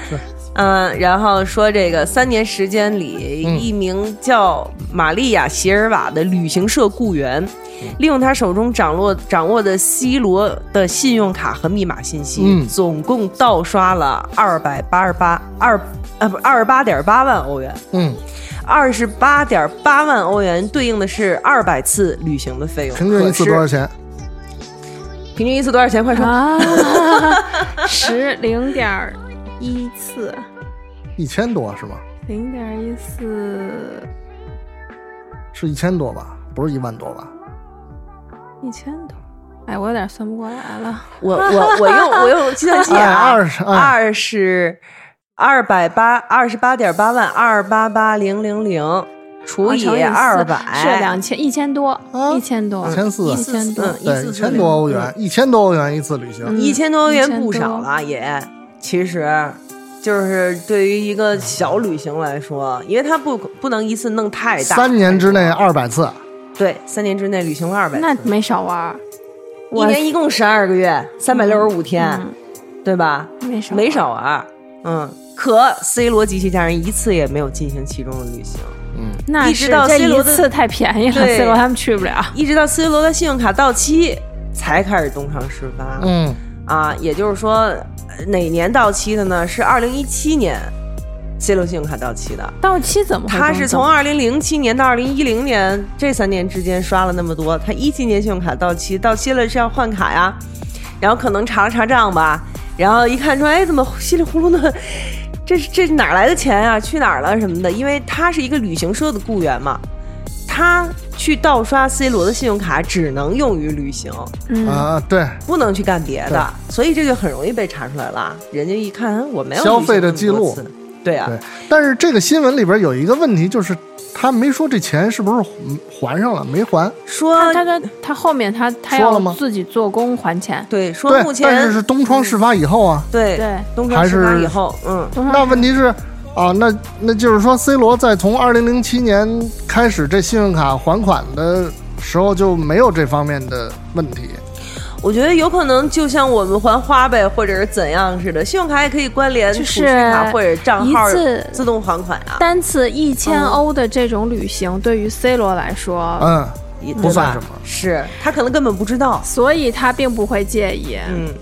嗯，然后说这个三年时间里， 嗯、 一名叫玛利亚·席尔瓦的旅行社雇员，嗯、利用他手中掌握掌握的 C 罗的信用卡和密码信息， 嗯、 总共盗刷了二百八十八二啊不二十八点八万欧元。 嗯， 二十八点八万欧元对应的是二百次旅行的费用。 平均一次多少钱？ 平均一次多少钱？快说！ 啊，十零点一次， 一千多是吗？ 零点一四， 是一千多吧？不是一万多吧？ 一千多。哎，我有点算不过来了。 我我我用我用计算器啊， 二十二是二百八二十八点八万二八八零零零除以二百是两千一千多，一千多， 一千四， 一千多， 对，一千多欧元，一千多欧元一次旅行， 一千多欧元不少了也。其实，就是对于一个小旅行来说，因为它不不能一次弄太大， 三年之内二百次， 对，三年之内旅行了二百次， 那没少玩。 一年一共十二个月，三百六十五天， 嗯、 对吧？ 没少没少玩，嗯。可 C 罗及其家人一次也没有进行其中的旅行， 嗯， 那一直到 C 罗一次太便宜了 ，C 罗他们去不了， 一直到 C 罗的信用卡到期才开始东窗事发， 嗯， 啊，也就是说哪年到期的呢？是二零一七年 C 罗信用卡到期的。 到期怎么会？ 他是从二零零七年到二零一零年这三年之间刷了那么多，他一七年信用卡到期，到期了是要换卡呀，然后可能查了查账吧，然后一看说，哎，怎么稀里糊涂的？这是这是哪来的钱啊？去哪儿了什么的？因为他是一个旅行社的雇员嘛，他去盗刷 C 罗的信用卡只能用于旅行， 嗯啊，对， 不能去干别的，所以这就很容易被查出来了。人家一看，我没有消费的记录， 对啊， 对。但是这个新闻里边有一个问题，就是他没说这钱是不是还上了，没还。 说他他他后面他他要自己做工还钱。 对，说目前但是是东窗事发以后啊。 对对， 东窗事发以后，嗯。 那问题是啊，那那就是说 ，C 罗在从二零零七年开始这信用卡还款的时候就没有这方面的问题。 我觉得有可能就像我们还花呗或者是怎样似的，信用卡也可以关联储蓄卡或者账号自动还款啊。 单次一千欧的这种旅行，对于 C 罗来说， 嗯，不算什么， 是他可能根本不知道， 所以他并不会介意。 嗯。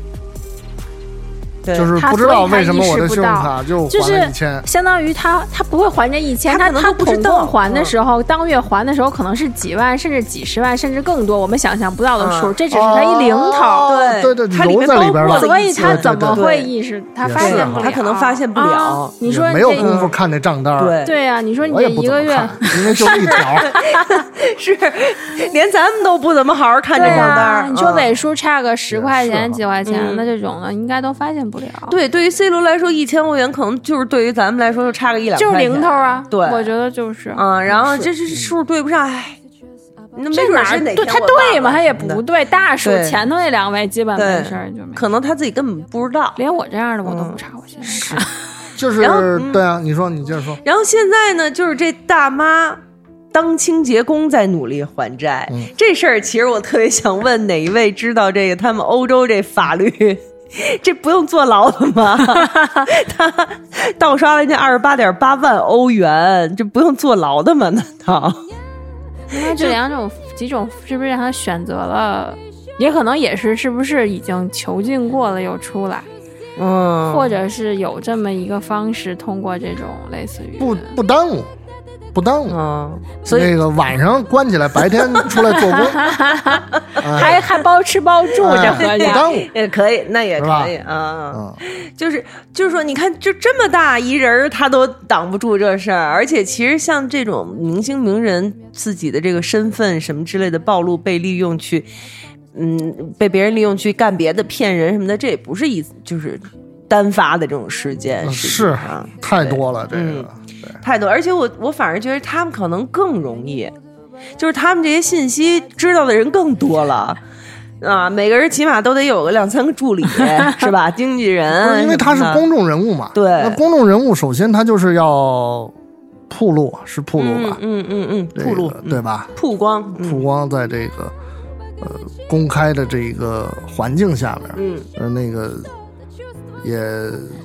就是不知道为什么我的信用卡就还了一千， 就是相当于他他不会还这一千，他他统共还的时候，嗯、当月还的时候可能是几万，甚至几十万，甚至更多我们想象不到的数，嗯、这只是他一零头， 哦、对对对， 它里面包括， 所以他怎么会意识？他发现不了， 他可能发现不了。 啊、你说没有功夫看那账单， 对对呀、啊，你说你这一个月， 因为就一条， 是连咱们都不怎么好好看这账单。 啊、你说尾数差个十块钱、几块钱的这种的，应该都发现不了。 对，对于 C 罗来说，一千欧元可能就是对于咱们来说就差个一两块钱， 就是零头啊。 对， 我觉得就是， 嗯，然后这这数对不上，哎，那没准是哪对他对吗？他也不对，大数前头那两位基本没事儿，就没。 可能他自己根本不知道， 连我这样的我都不查，我现在是， 就是对啊，你说你接着说。 然后现在呢，就是这大妈当清洁工在努力还债， 嗯、 这事儿其实我特别想问哪一位知道这个他们欧洲这法律。这不用坐牢的吗？他盗刷了人家二十八点八万欧元，这不用坐牢的吗？难道？ 那这两种几种是不是让他选择了？也可能也是是不是已经囚禁过了又出来？ 嗯， 或者是有这么一个方式，通过这种类似于不不耽误。不耽误， 嗯，所以那个晚上关起来，白天出来做工， 还还包吃包住，这合计不耽误也可以，那也可以啊。 嗯， 就是就是说，你看，就这么大一人，他都挡不住这事儿。而且，其实像这种明星名人自己的这个身份什么之类的暴露，被利用去，嗯，被别人利用去干别的、骗人什么的，这也不是一就是单发的这种事件， 是太多了，这个。 嗯太多，而且我我反而觉得他们可能更容易，就是他们这些信息知道的人更多了啊，每个人起码都得有个两三个助理，是吧？经纪人， 因为他是公众人物嘛， 对， 那公众人物首先他就是要铺路，是铺路吧？ 嗯嗯嗯，铺路、 这个、对吧？ 曝光， 曝光在这个呃公开的这个环境下面， 嗯， 呃那个也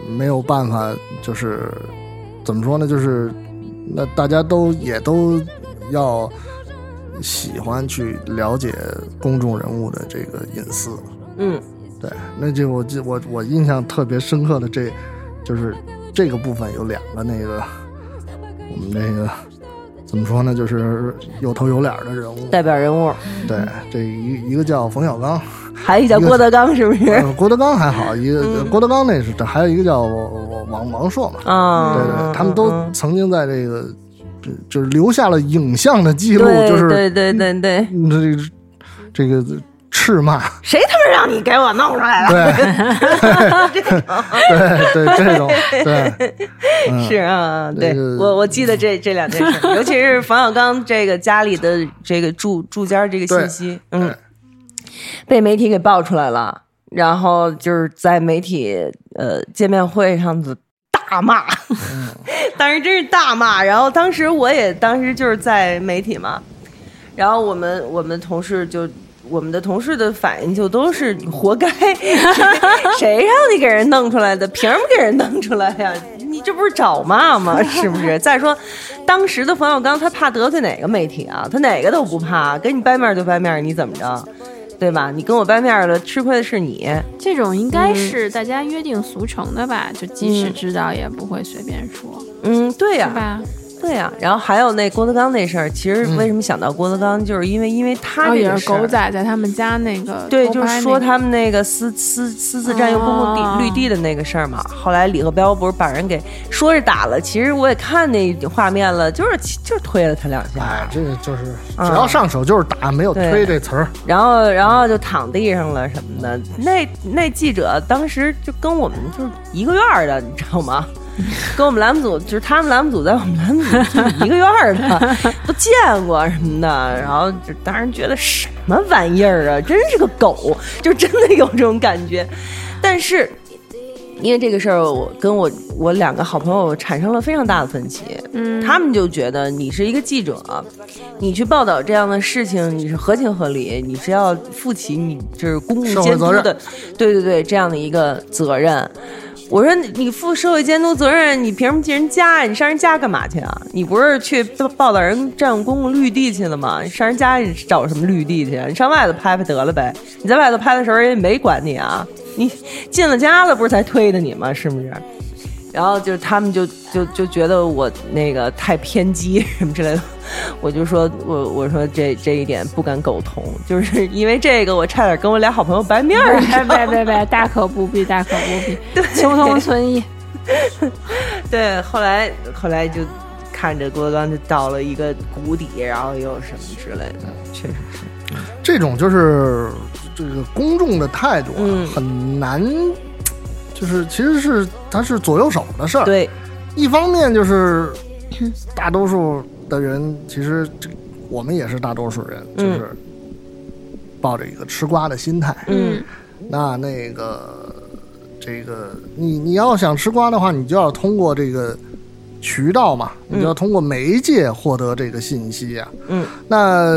没有办法，就是怎么说呢？就是那大家都也都要喜欢去了解公众人物的这个隐私。 嗯， 对，那就我我我印象特别深刻的这，就是这个部分有两个那个我们那个怎么说呢？就是有头有脸的人物， 代表人物。 对，这一一个叫冯小刚。 还有一个叫郭德纲，是不是？ 呃、郭德纲还好，一个、嗯、郭德纲那是，还有一个叫王王朔嘛。 啊、 对对，他们都曾经在这个，就是留下了影像的记录，就是对对对对对，这个这个斥骂， 谁他妈让你给我弄出来了？ 对，对对，这种对、 嗯，是啊，对、 这个、 我我记得这这两件事，尤其是冯小刚这个家里的这个住住家这个信息，嗯。被媒体给爆出来了，然后就是在媒体呃见面会上的大骂，嗯、当时真是大骂。然后当时我也当时就是在媒体嘛，然后我们我们同事就我们的同事的反应就都是活该，谁让你给人弄出来的？凭什么给人弄出来呀？你这不是找骂吗？是不是？再说，当时的冯小刚他怕得罪哪个媒体啊？他哪个都不怕，跟你掰面就掰面，你怎么着？对吧？你跟我掰面了，吃亏的是你。 这种应该是大家约定俗成的吧？嗯、就即使知道也不会随便说。 嗯，对呀、 啊，是吧？ 对呀、啊。然后还有那郭德纲那事儿，其实为什么想到郭德纲，嗯、就是因为因为他这个事儿、 哦、也是狗仔在他们家那个对，就是说他们那个私私私自占用公共地、哦、绿地的那个事儿嘛。后来李鹤彪不是把人给说是打了，其实我也看那画面了，就是就是推了他两下。 哎，这个就是只要上手就是打，嗯、没有推这词儿。 然后然后就躺地上了什么的。那那记者当时就跟我们就是一个院的，你知道吗？跟我们栏目组就是他们栏目组在我们栏目组就是一个院的，都见过什么的，然后就当时觉得什么玩意儿啊，真是个狗，就真的有这种感觉。但是因为这个事儿，我跟我我两个好朋友产生了非常大的分歧。嗯，他们就觉得你是一个记者，你去报道这样的事情，你是合情合理，你是要负起你就是公共监督的，对对对，这样的一个责任。我说你负社会监督责任，你凭什么进人家呀？你上人家干嘛去啊？你不是去报道人占用公共绿地去了吗？你上人家你找什么绿地去？你上外头拍拍得了呗。你在外头拍的时候人也没管你啊，你进了家了不是才推的你吗？是不是？然后就他们就就就觉得我那个太偏激什么之类的，我就说我我说这这一点不敢苟同，就是因为这个我差点跟我俩好朋友掰面儿。 别别别别，大可不必，大可不必，求同存异。 对，后来后来就看着郭德纲就到了一个谷底，然后又什么之类的，确实是这种就是这个公众的态度啊， 嗯、 很难。就是其实是它是左右手的事儿， 对， 一方面就是大多数的人，其实这我们也是大多数人， 嗯、 就是抱着一个吃瓜的心态， 嗯， 那那个这个你你要想吃瓜的话，你就要通过这个渠道嘛，你就要通过媒介获得这个信息啊， 嗯， 那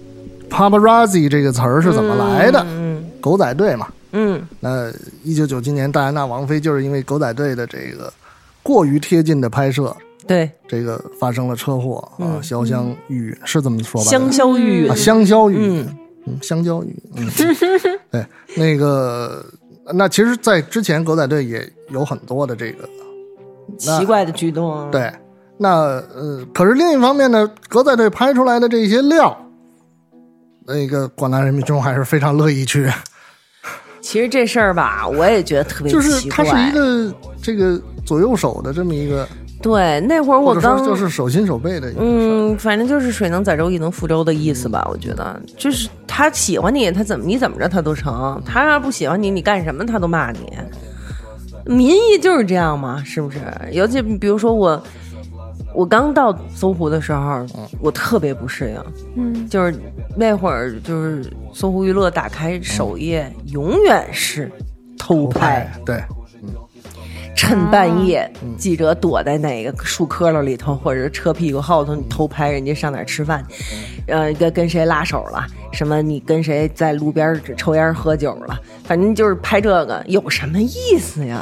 paparazzi 这个词儿是怎么来的？ 嗯，嗯狗仔队嘛。 嗯， 那一九九七年戴安娜王妃就是因为狗仔队的这个过于贴近的拍摄， 对这个发生了车祸啊， 嗯、 潇湘玉殒是这么说吧？ 香消玉殒啊，香消玉殒， 嗯嗯，香蕉玉，嗯，对，那个那其实，在之前狗仔队也有很多的这个奇怪的举动， 对，那呃，可是另一方面呢，狗仔队拍出来的这些料，那个广大人民群众还是非常乐意去。 其实这事儿吧，我也觉得特别奇怪， 就是它是一个这个左右手的这么一个， 对，那会儿我刚就是手心手背的一个， 嗯，反正就是水能载舟亦能覆舟的意思吧。我觉得就是他喜欢你，他怎么你怎么着他都成；他要不喜欢你，你干什么他都骂你。民意就是这样嘛，是不是？尤其比如说我。我刚到搜狐的时候，我特别不适应，嗯，就是那会儿就是搜狐娱乐打开首页，嗯、永远是偷拍， 对， 嗯，趁半夜，嗯、记者躲在哪个树棵了里头，或者车屁股后头，你偷拍人家上哪儿吃饭，呃，跟跟谁拉手了，什么你跟谁在路边抽烟喝酒了，反正就是拍这个，有什么意思呀？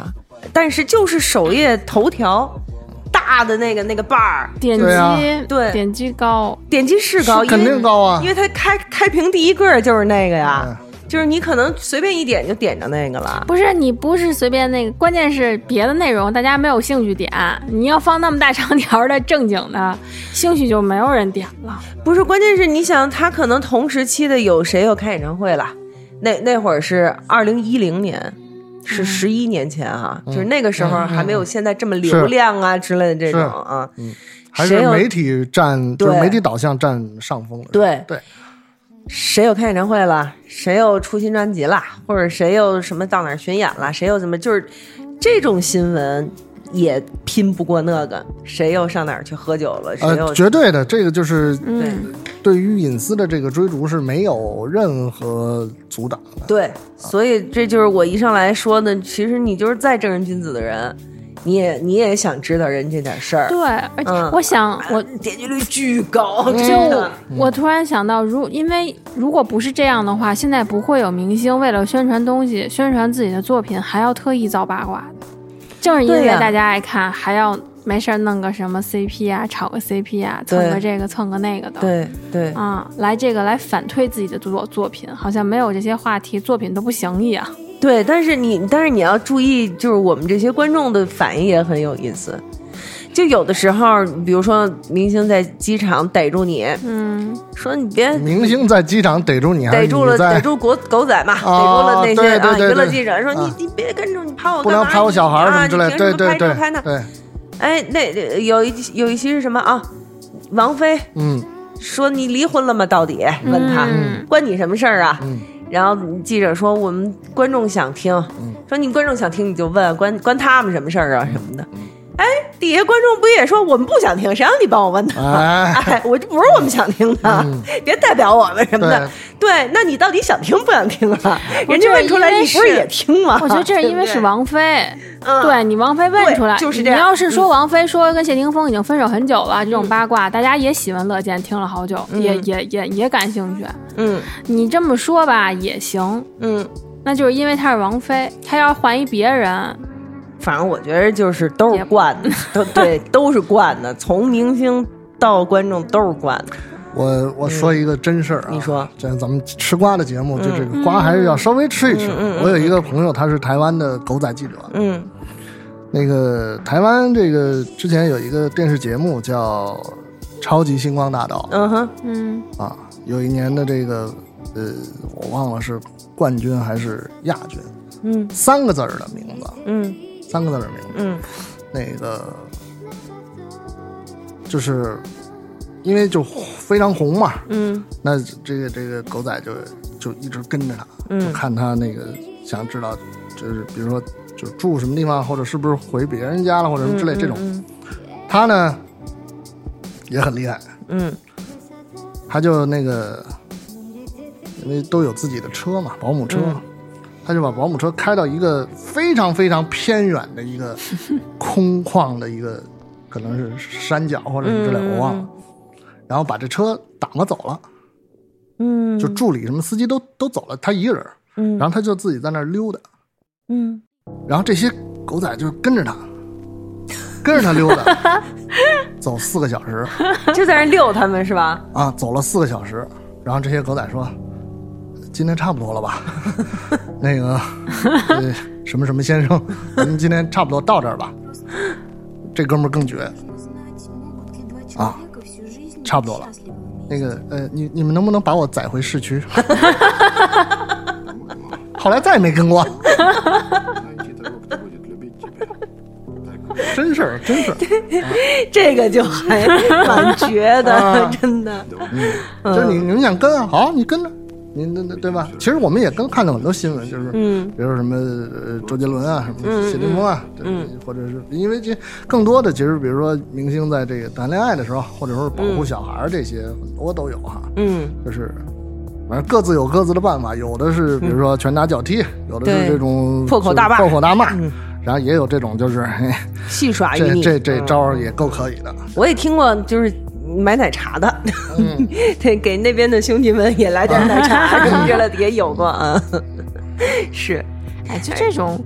但是就是首页头条大的那个那个 bar 点击， 对啊对点击高， 点击是高， 是肯定高啊因为它开开屏第一个就是那个呀。 嗯就是你可能随便一点就点着那个了， 不是你不是随便那个，关键是别的内容大家没有兴趣点，你要放那么大长条的正经的，兴趣就没有人点了。 不是，关键是你想，他可能同时期的有谁又开演唱会了？那那会儿是二零一零年，是十一年前啊， 嗯、 就是那个时候还没有现在这么流量啊、嗯、之类的这种啊， 嗯，还是媒体占，就是媒体导向占上风的。 对对。 谁又开演唱会了？谁又出新专辑了？或者谁又什么到哪儿巡演了？谁又怎么就是这种新闻也拼不过那个？谁又上哪儿去喝酒了？谁又、 呃、绝对的，这个就是对对于隐私的这个追逐是没有任何阻挡的。 对，所以这就是我一上来说的，其实你就是再正人君子的人。你也你也想知道人这点事儿， 对，而且我想、嗯、我点击率巨高， 就我突然想到，如因为如果不是这样的话，现在不会有明星为了宣传东西、宣传自己的作品，还要特意造八卦的。正是因为大家爱看，啊、还要没事弄个什么 C P 啊，炒个 C P 啊，蹭个这个蹭个那个的， 对对啊、嗯，来这个来反推自己的作作品，好像没有这些话题，作品都不行一样。 对，但是你，但是你要注意，就是我们这些观众的反应也很有意思。就有的时候，比如说明星在机场逮住你，嗯，说你别明星在机场逮住你， 逮住了，逮住狗狗仔嘛， 啊、 逮住了那些对对对对啊娱乐记者，说你、 啊、 你别跟着，你拍我不能拍我小孩什么之类的，对对对拍呢？ 对， 哎，那有一有一期是什么啊？王菲， 嗯， 说你离婚了吗？到底问他， 嗯、 关你什么事儿啊？ 嗯。 然后记者说我们观众想听， 嗯、 说你观众想听你就问，关关他们什么事儿啊什么的。哎，底下观众不也说我们不想听，谁让你帮我问的？ 哎, 哎，我这不是我们想听的， 嗯、 别代表我们什么的。对，那你到底想听不想听啊？人家问出来，你不是也听吗？ 我觉得这是因为是王菲， 嗯、 对你王菲问出来， 就是这样。 你要是说王菲说跟谢霆锋已经分手很久了，嗯、这种八卦大家也喜闻乐见，听了好久，嗯、也也也也感兴趣。 嗯， 你这么说吧也行， 嗯， 那就是因为她是王菲，她要换一别人。 反正我觉得就是都是惯的，都对，都是惯的，从明星到观众都是惯的。 我我说一个真事儿啊、 嗯，你说， 这咱们吃瓜的节目，嗯、就这个瓜还是要稍微吃一吃。 嗯嗯、 我有一个朋友，他是台湾的狗仔记者， 嗯， 那个台湾这个之前有一个电视节目叫《超级星光大道》， 嗯哼， 嗯啊，有一年的这个呃，我忘了是冠军还是亚军， 嗯， 三个字儿的名字， 嗯。 三个字的名字， 嗯， 那个就是因为就非常红嘛， 嗯， 那这个这个狗仔就就一直跟着他， 嗯， 就看他那个想知道，就是比如说就住什么地方，或者是不是回别人家了，或者什么之类这种， 嗯嗯嗯、 他呢也很厉害， 嗯， 他就那个因为都有自己的车嘛，保姆车。嗯，他就把保姆车开到一个非常非常偏远的一个空旷的一个，可能是山脚或者什么之类，我忘了。然后把这车挡了走了， 嗯， 就助理什么司机都都走了，他一个人， 嗯， 然后他就自己在那儿溜达， 嗯， 然后这些狗仔就跟着他，跟着他溜达，走四个小时， 就在那溜他们是吧？ 啊，走了四个小时，然后这些狗仔说。今天差不多了吧？那个、呃、什么什么先生，咱们今天差不多到这儿吧。这哥们儿更绝啊，差不多了。那个呃，你你们能不能把我载回市区？后来再也没跟过。真事儿，真事儿、啊， 这个就还蛮绝的，啊、真的。 嗯，就是你你们想跟啊，好，你跟着。你那那对吧？其实我们也跟看到很多新闻，就是，嗯，比如说什么呃周杰伦啊，什么谢霆锋啊， 嗯， 或者是因为这更多的其实，比如说明星在这个谈恋爱的时候，或者说是保护小孩这些，很多都有哈， 嗯， 就是反正各自有各自的办法，有的是比如说拳打脚踢，有的是这种破口大骂， 破口大骂， 嗯、 然后也有这种就是戏耍这这这招也够可以的。 我也听过，就是。买奶茶的， 嗯， 对，给那边的兄弟们也来点奶茶什么之类的也有过啊。是， 哎，就这种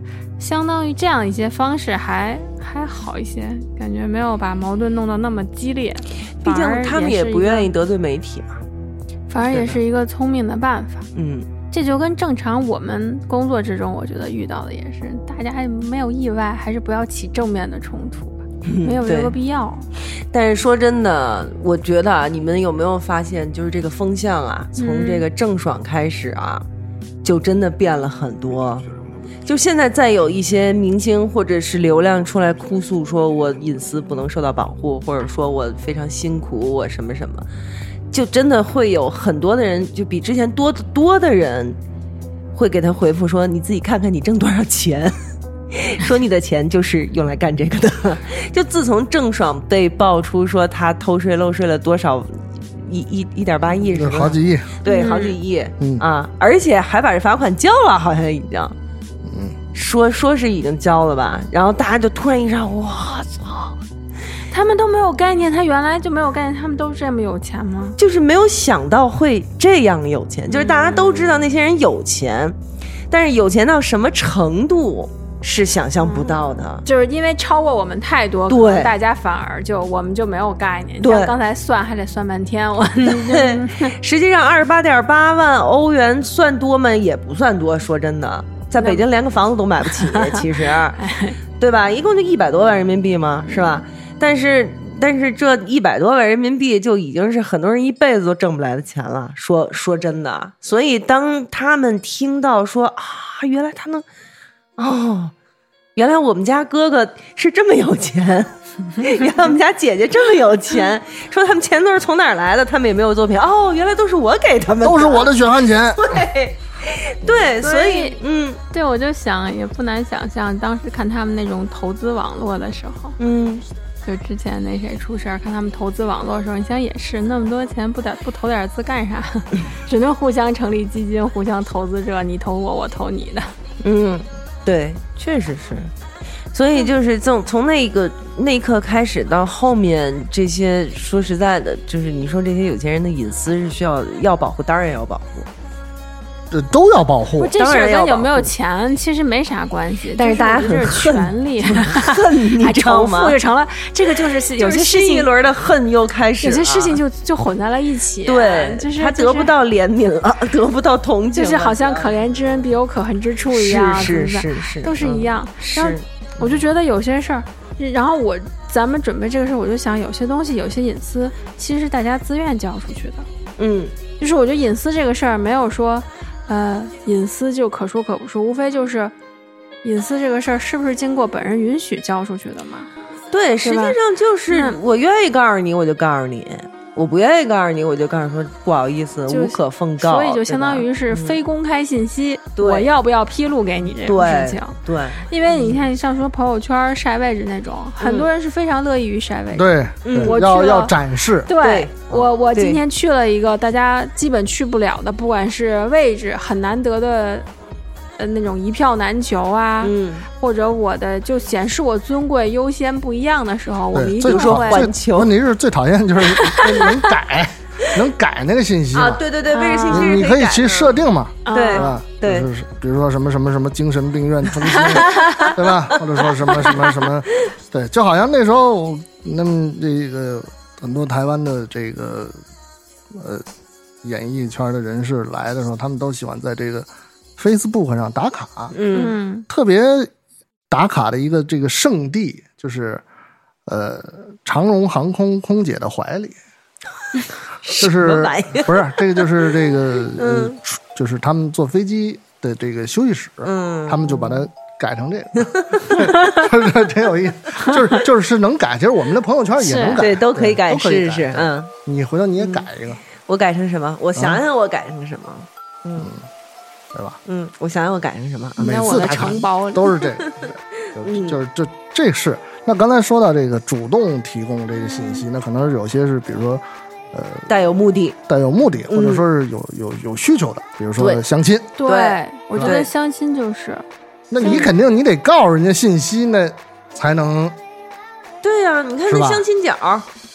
相当于这样一些方式还还好一些，感觉没有把矛盾弄得那么激烈。 毕竟他们也不愿意得罪媒体嘛， 反而也是一个聪明的办法。 嗯， 这就跟正常我们工作之中，我觉得遇到的也是，大家没有意外，还是不要起正面的冲突吧，没有这个必要。 但是说真的，我觉得啊，你们有没有发现，就是这个风向啊，从这个郑爽开始啊，嗯、就真的变了很多。就现在再有一些明星或者是流量出来哭诉，说我隐私不能受到保护，或者说我非常辛苦，我什么什么，就真的会有很多的人，就比之前多得多的人，会给他回复说：“你自己看看你挣多少钱。”说你的钱就是用来干这个的。就自从郑爽被爆出说他偷税漏税了多少一一一点八亿，是吧？ 好几亿， 对， 嗯、 好几亿、 嗯、 啊！而且还把这罚款交了，好像已经，嗯，说说是已经交了吧？然后大家就突然一上，我操！ 他们都没有概念，他原来就没有概念，他们都这么有钱吗？ 就是没有想到会这样有钱，就是大家都知道那些人有钱，嗯、但是有钱到什么程度？是想象不到的、嗯， 就是因为超过我们太多， 对， 大家反而就我们就没有概念。 对， 刚才算还得算半天，我实际上二十八点八万欧元算多吗？也不算多。说真的，在北京连个房子都买不起，其实，对吧？一共就一百多万人民币嘛，是吧？但是，但是这一百多万人民币就已经是很多人一辈子都挣不来的钱了。说说真的，所以当他们听到说啊，原来他能。哦，原来我们家哥哥是这么有钱，原来我们家姐姐这么有钱，说他们钱都是从哪儿来的，他们也没有作品。哦，原来都是我给他们的， 都是我的血汗钱。 对，对，所以嗯， 对，我就想也不难想象，当时看他们那种投资网络的时候， 嗯， 就之前那谁出事儿，看他们投资网络的时候，你想也是那么多钱，不点不投点资干啥？只能互相成立基金，互相投资这，你投我，我投你的。 嗯。对，确实是，所以就是从从那个那一刻开始到后面，这些说实在的，就是你说这些有钱人的隐私是需要要保护，当然要保护， 这都要保护。 这事儿跟有没有钱其实没啥关系， 但是大家很权利恨，你知道吗？ 就成了这个，就是有些事情一轮的恨又开始、啊， 有些事情就就混在了一起、啊。 对， 就是他得不到怜悯了，就是、得不到同情了， 就是好像可怜之人必有可恨之处一样， 是是是是， 都是一样。 是， 然后我就觉得有些事儿，然后我咱们准备这个事儿，我就想有些东西，有些隐私，其实是大家自愿交出去的。 嗯， 就是我觉得隐私这个事儿没有说。呃，隐私就可说可不说，无非就是隐私这个事儿是不是经过本人允许交出去的嘛？ 对，实际上就是我愿意告诉你，我就告诉你；我不愿意告诉你，我就告诉说不好意思，无可奉告。 所以就相当于是非公开信息，嗯、我要不要披露给你这个事情？ 对，对因为你看，像说朋友圈晒位置那种，嗯、很多人是非常乐意于晒位置。 对， 嗯，我要要展示。 对， 对我我今天去了一个大家基本去不了的，不管是位置很难得的。呃，那种一票难求啊， 嗯， 或者我的就显示我尊贵优先不一样的时候，我们一定会环球。 问题是最讨厌就是能改，能改那个信息啊，对对对，位置信息你可以去设定嘛， 对吧？ 对， 就是比如说什么什么什么精神病院中心，对吧？或者说什么什么什么，对，就好像那时候那么这个很多台湾的这个呃演艺圈的人士来的时候，他们都喜欢在这个。Facebook 上打卡， 嗯， 特别打卡的一个这个圣地就是呃长荣航空空姐的怀里，就是不是这个就是这个、嗯、呃就是他们坐飞机的这个休息室， 嗯， 他们就把它改成这个，就是挺有意思，就是就是是能改，其实我们的朋友圈也能改， 对，都可以改， 都可以改试试，嗯， 你回头你也改一个，嗯、 我改成什么？我想想我改成什么，嗯。嗯对吧？ 嗯，我想想我改成什么？ 每次打卡都是这个， 嗯、 就是这这是。那刚才说到这个主动提供这个信息，那可能是有些是比如说呃带有目的、 带有目的，或者说是有有有需求的，比如说相亲。 对，对我觉得相亲就是。 那你肯定你得告诉人家信息，那才能。 对呀、啊，你看那相亲角。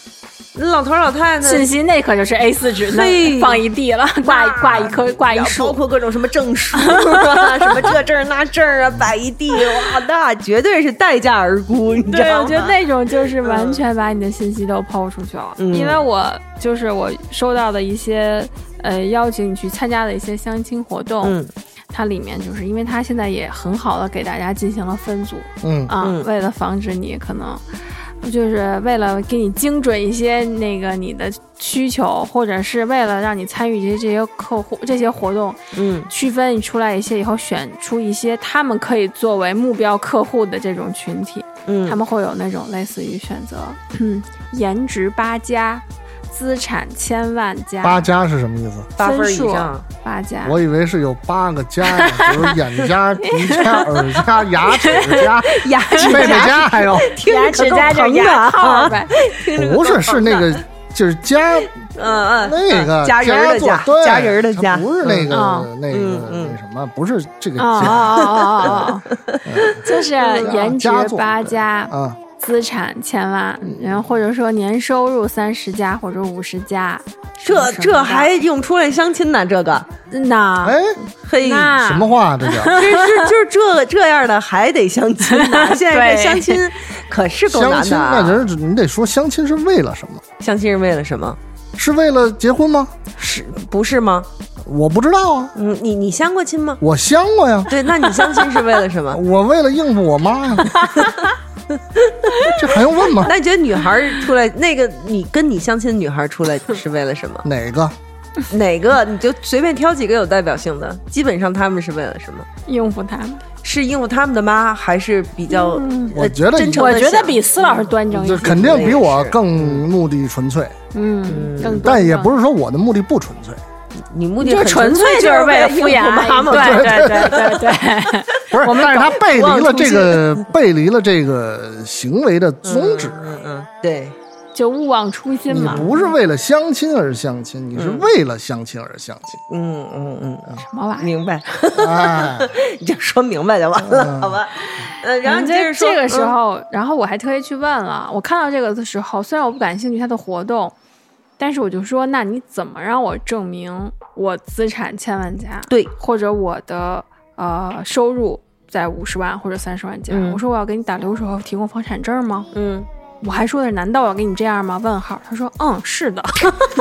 老头老太太信息那可就是 A 四 纸，那放一地了，挂挂一棵挂一树， 包括各种什么证书啊，什么这证那证啊，摆一地，哇，那绝对是待价而沽，你知道吗？ 对，我觉得那种就是完全把你的信息都抛出去了，嗯、因为我就是我收到的一些呃邀请你去参加的一些相亲活动。嗯，它里面就是因为它现在也很好的给大家进行了分组，嗯啊，嗯为了防止你可能就是为了给你精准一些那个你的需求，或者是为了让你参与这些这些客户这些活动，嗯，区分你出来一些以后选出一些他们可以作为目标客户的这种群体，嗯，他们会有那种类似于选择，嗯，颜值八加。资产千万加， 八加是什么意思？ 八分以上， 八加。 我以为是有八个加，比如眼加、鼻加、耳加、牙齿加、 牙齿贝贝加，还有牙齿加就是牙套呗。 不是，是那个就是加， 嗯嗯， 那个加人的加，加人的加， 不是那个那个那什么，不是这个加， 哦哦哦，就是颜值八加，嗯。资产千万，然后或者说年收入三十加或者五十加， 这这还用出来相亲呢？这个那哎嘿， 什么话这叫？ 这是就是这这样的还得相亲呢？现在这相亲可是够难的。 相亲那人你得说相亲是为了什么？ 相亲是为了什么？ 是为了结婚吗？ 是不是吗？ 我不知道啊。 嗯，你你相过亲吗？ 我相过呀。 对，那你相亲是为了什么？ 我为了应付我妈呀。这还用问吗？ 那你觉得女孩出来，那个你跟你相亲的女孩出来是为了什么？ 哪个？ 哪个？你就随便挑几个有代表性的。基本上他们是为了什么？ 应付他们。 是应付他们的妈，还是比较？嗯、 我觉得真诚我觉得比司老师端正一些， 肯定比我更目的纯粹。 嗯，更但也不是说我的目的不纯粹。 你目的就纯粹就是为了敷衍妈妈， 对对对对对。 不是，但是他背离了这个背离了这个行为的宗旨。 嗯 嗯, 嗯，对， 就勿忘初心嘛。 你不是为了相亲而相亲，你是为了相亲而相亲。 嗯嗯嗯嗯， 什么玩意儿？ 明白。哎，你就说明白就完了，嗯、好吧？呃，然后接着说， 这个时候，嗯、然后我还特意去问了，我看到这个的时候，虽然我不感兴趣他的活动。但是我就说，那你怎么让我证明我资产千万加？ 对， 或者我的呃收入在五十万或者三十万加？嗯、我说我要给你打流水提供房产证吗？嗯，我还说的是，难道我要给你这样吗？问号。他说，嗯，是的。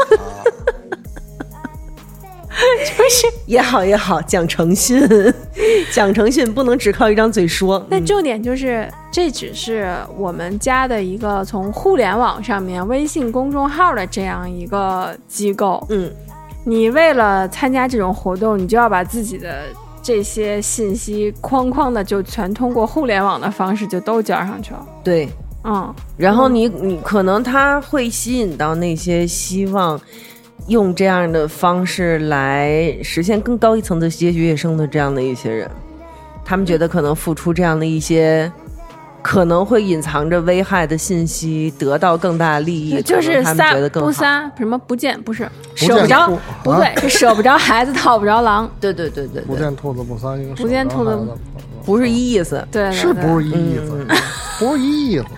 就是也好也好，讲诚信，讲诚信不能只靠一张嘴说。 但重点就是，嗯、这只是我们家的一个从互联网上面微信公众号的这样一个机构。嗯，你为了参加这种活动，你就要把自己的这些信息哐哐的就全通过互联网的方式就都交上去了。 对，嗯，然后你你可能他会吸引到那些希望用这样的方式来实现更高一层的阶级跃升的这样的一些人，他们觉得可能付出这样的一些可能会隐藏着危害的信息，得到更大的利益， 就是撒不撒什么不见不是舍不着，不对，是舍不着孩子套不着狼。 对对对对， 不见兔子不撒鹰， 不见兔子不是一意思， 对， 是不是一意思？不是一意思。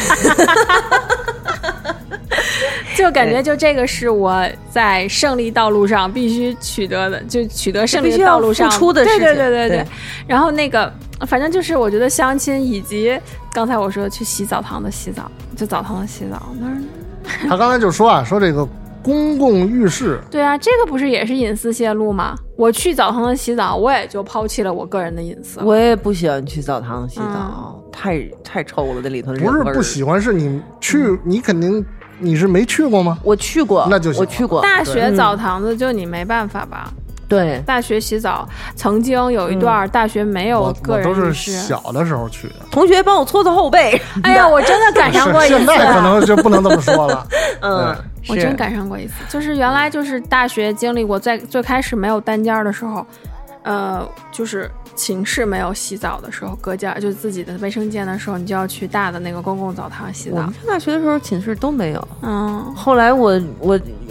就感觉就这个是我在胜利道路上必须取得的，就取得胜利的道路上付出的事情。 对对对对 对, 对。然后那个，反正就是我觉得相亲以及刚才我说去洗澡堂的洗澡，就澡堂的洗澡那儿。 他刚才就说啊，说这个公共浴室。 对啊，这个不是也是隐私泄露吗？我去澡堂的洗澡，我也就抛弃了我个人的隐私。 我也不喜欢去澡堂洗澡，嗯、太太臭了，这里头的人不是不喜欢，是你去，嗯、你肯定。你是没去过吗？ 我去过， 那就行。 我去过大学澡堂子，就你没办法吧？ 对， 大学洗澡曾经有一段、嗯、大学没有个人浴室， 都是小的时候去的。 同学帮我搓搓后背。 哎呀，我真的赶上过一次。 现在可能就不能这么说了。 嗯， 我真赶上过一次，就是原来就是大学经历过，在最开始没有单间的时候，呃，就是寝室没有洗澡的时候，隔间就自己的卫生间的时候，你就要去大的那个公共澡堂洗澡。 我们上大学的时候寝室都没有。嗯，后来我我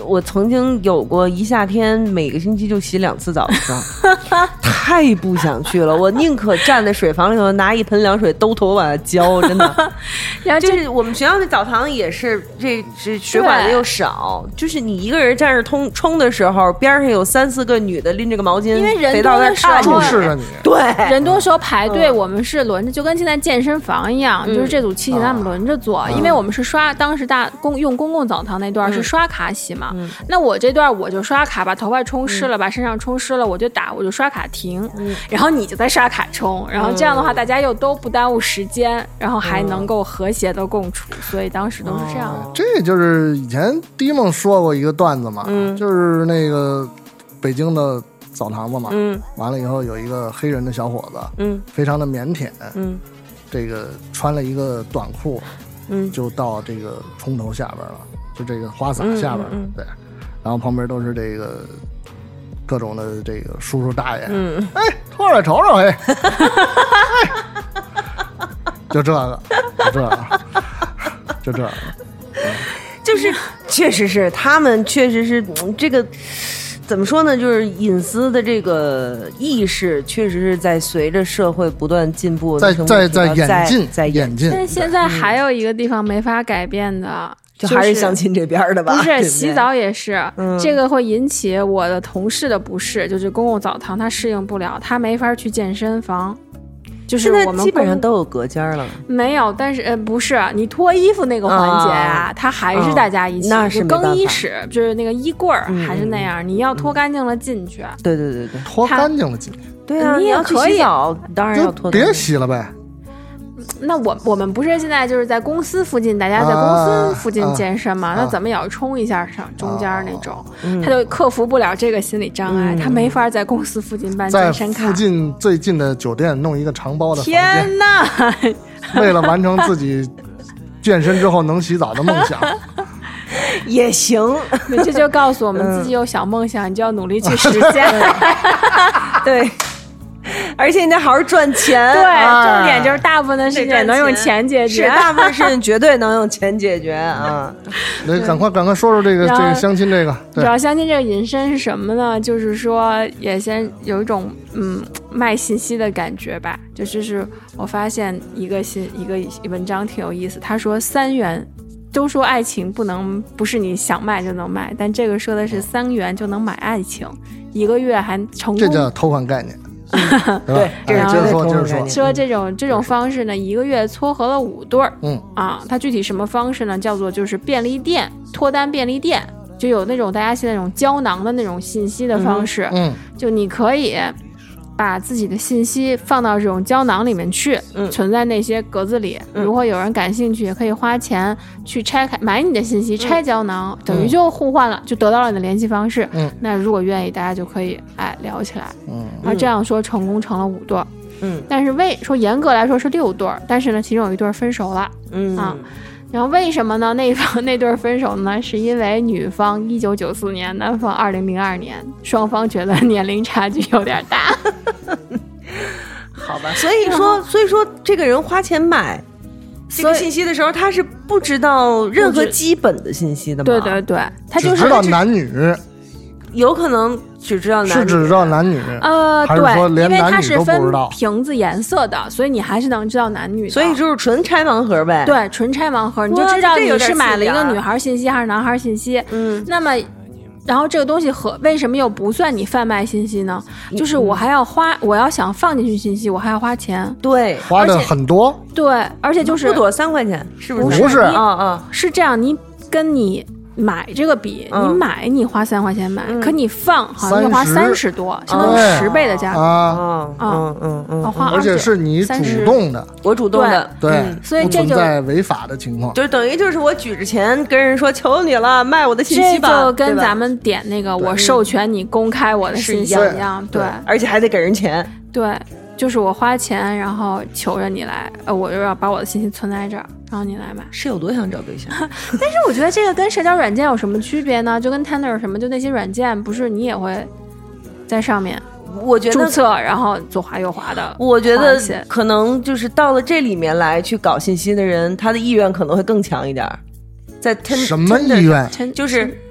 我曾经有过一夏天每个星期就洗两次澡的时候，太不想去了。我宁可站在水房里头拿一盆凉水兜头往下浇，真的。 然后就是我们学校的澡堂也是，这这水管子又少，就是你一个人站着冲冲的时候，边上有三四个女的拎着个毛巾， 因为人肥到那看注视着你。 对， 人多时候排队，我们是轮着，就跟现在健身房一样， 嗯、 就是这组器械他们轮着做，嗯、因为我们是刷，当时大公用公共澡堂那段是刷卡洗嘛，嗯、那我这段我就刷卡，把头发冲湿了，嗯、把身上冲湿了，我就打，我就刷卡停，嗯、然后你就在刷卡冲，然后这样的话大家又都不耽误时间，然后还能够和谐的共处，所以当时都是这样。 哦、这就是以前迪梦说过一个段子嘛，嗯、就是那个北京的澡堂子嘛，嗯，完了以后有一个黑人的小伙子，嗯，非常的腼腆，嗯，这个穿了一个短裤，嗯，就到这个冲头下边了，就这个花洒下边，嗯嗯、对，然后旁边都是这个各种的这个叔叔大爷，嗯，哎，脱来瞅瞅，哎，就这个，就这个，就这个， 嗯、就是确实是他们确实是、嗯、这个。怎么说呢？就是隐私的这个意识，确实是在随着社会不断进步， 在在在演进， 在演进。 但现在还有一个地方没法改变的， 嗯、就还是相亲这边的吧？ 不是，洗澡也是，嗯、这个会引起我的同事的不适，就是公共澡堂他适应不了，他没法去健身房。就是我们基本上都有隔间了， 没有，但是呃不是你脱衣服那个环节啊，啊它还是大家一起， 哦、那是更衣室就是那个衣柜儿、嗯、还是那样，你要脱干净了进去。 对对对对， 脱干净了进去。 对啊， 你也可以洗澡，当然要脱。 别洗了呗。 那我我们不是现在就是在公司附近，大家在公司附近健身嘛？啊啊、那怎么也要冲一下上中间那种，啊、他就克服不了这个心理障碍，嗯、他没法在公司附近办健身卡。 在附近最近的酒店弄一个长包的房间。 天哪！ 为了完成自己健身之后能洗澡的梦想。 也行， 这就告诉我们自己有小梦想，嗯、你就要努力去实现。 对。而且你得好好赚钱， 对，重点就是大部分的事情能用钱解决， 是大部分事情绝对能用钱解决啊！ 来，赶快赶快说说这个这个相亲这个， 主要相亲这个引申是什么呢？就是说也先有一种嗯卖信息的感觉吧，就就是我发现一个新一个文章挺有意思，他说三元。都说爱情不能不是你想卖就能卖，但这个说的是三元就能买爱情，一个月还成功， 这叫偷换概念。 对， 接着说，接着说， 说这种这种方式呢，一个月撮合了五对儿，嗯啊，它具体什么方式呢？叫做就是便利店脱单便利店，就有那种大家现在那种胶囊的那种信息的方式，嗯，就你可以把自己的信息放到这种胶囊里面去，嗯，存在那些格子里。嗯、如果有人感兴趣，也可以花钱去拆开买你的信息，拆胶囊，嗯、等于就互换了，就得到了你的联系方式。嗯，那如果愿意，大家就可以哎聊起来。嗯，而这样说成功成了五对。嗯，但是为说严格来说是六对，但是呢，其中有一对分手了。嗯啊。然后为什么呢？那方那对分手呢？是因为女方一九九四年，男方二零零二年，双方觉得年龄差距有点大。 好吧，所以说，所以说这个人花钱买这个信息的时候，他是不知道任何基本的信息的吗？ 对对对，他就是只知道男女。 有可能只知道男女， 是只知道男女， 呃， 还是说连男女都不知道？ 因为它是分瓶子颜色的，所以你还是能知道男女的。 所以就是纯拆盲盒呗。 对，纯拆盲盒，你就知道你是买了一个女孩信息还是男孩信息。嗯，那么，然后这个东西和为什么又不算你贩卖信息呢？就是我还要花，我要想放进去信息，我还要花钱。 对， 花的很多。 对，而且就是不多三块钱，是不是？ 不是， 啊啊，是这样，你跟你。买这个笔，嗯、你买你花三块钱买，嗯、可你放好像要花三十多，相当于十倍的价格啊！ 嗯嗯嗯， 花而且是你主动的， 我主动的， 对，对嗯、所以这就不存在违法的情况， 就是等于就是我举着钱跟人说求你了，卖我的信息吧， 这就跟咱们点那个我授权你公开我的信息一样，对， 对而且还得给人钱， 对。就是我花钱，然后求着你来，呃，我就要把我的信息存在这儿，然后你来买。 是有多想找对象？ 但是我觉得这个跟社交软件有什么区别呢？就跟 Tinder 什么，就那些软件，不是你也会在上面， 我觉得注册，然后左滑右滑的。 我觉得可能就是到了这里面来去搞信息的人，他的意愿可能会更强一点。在 Tinder 什么意愿？ 就是。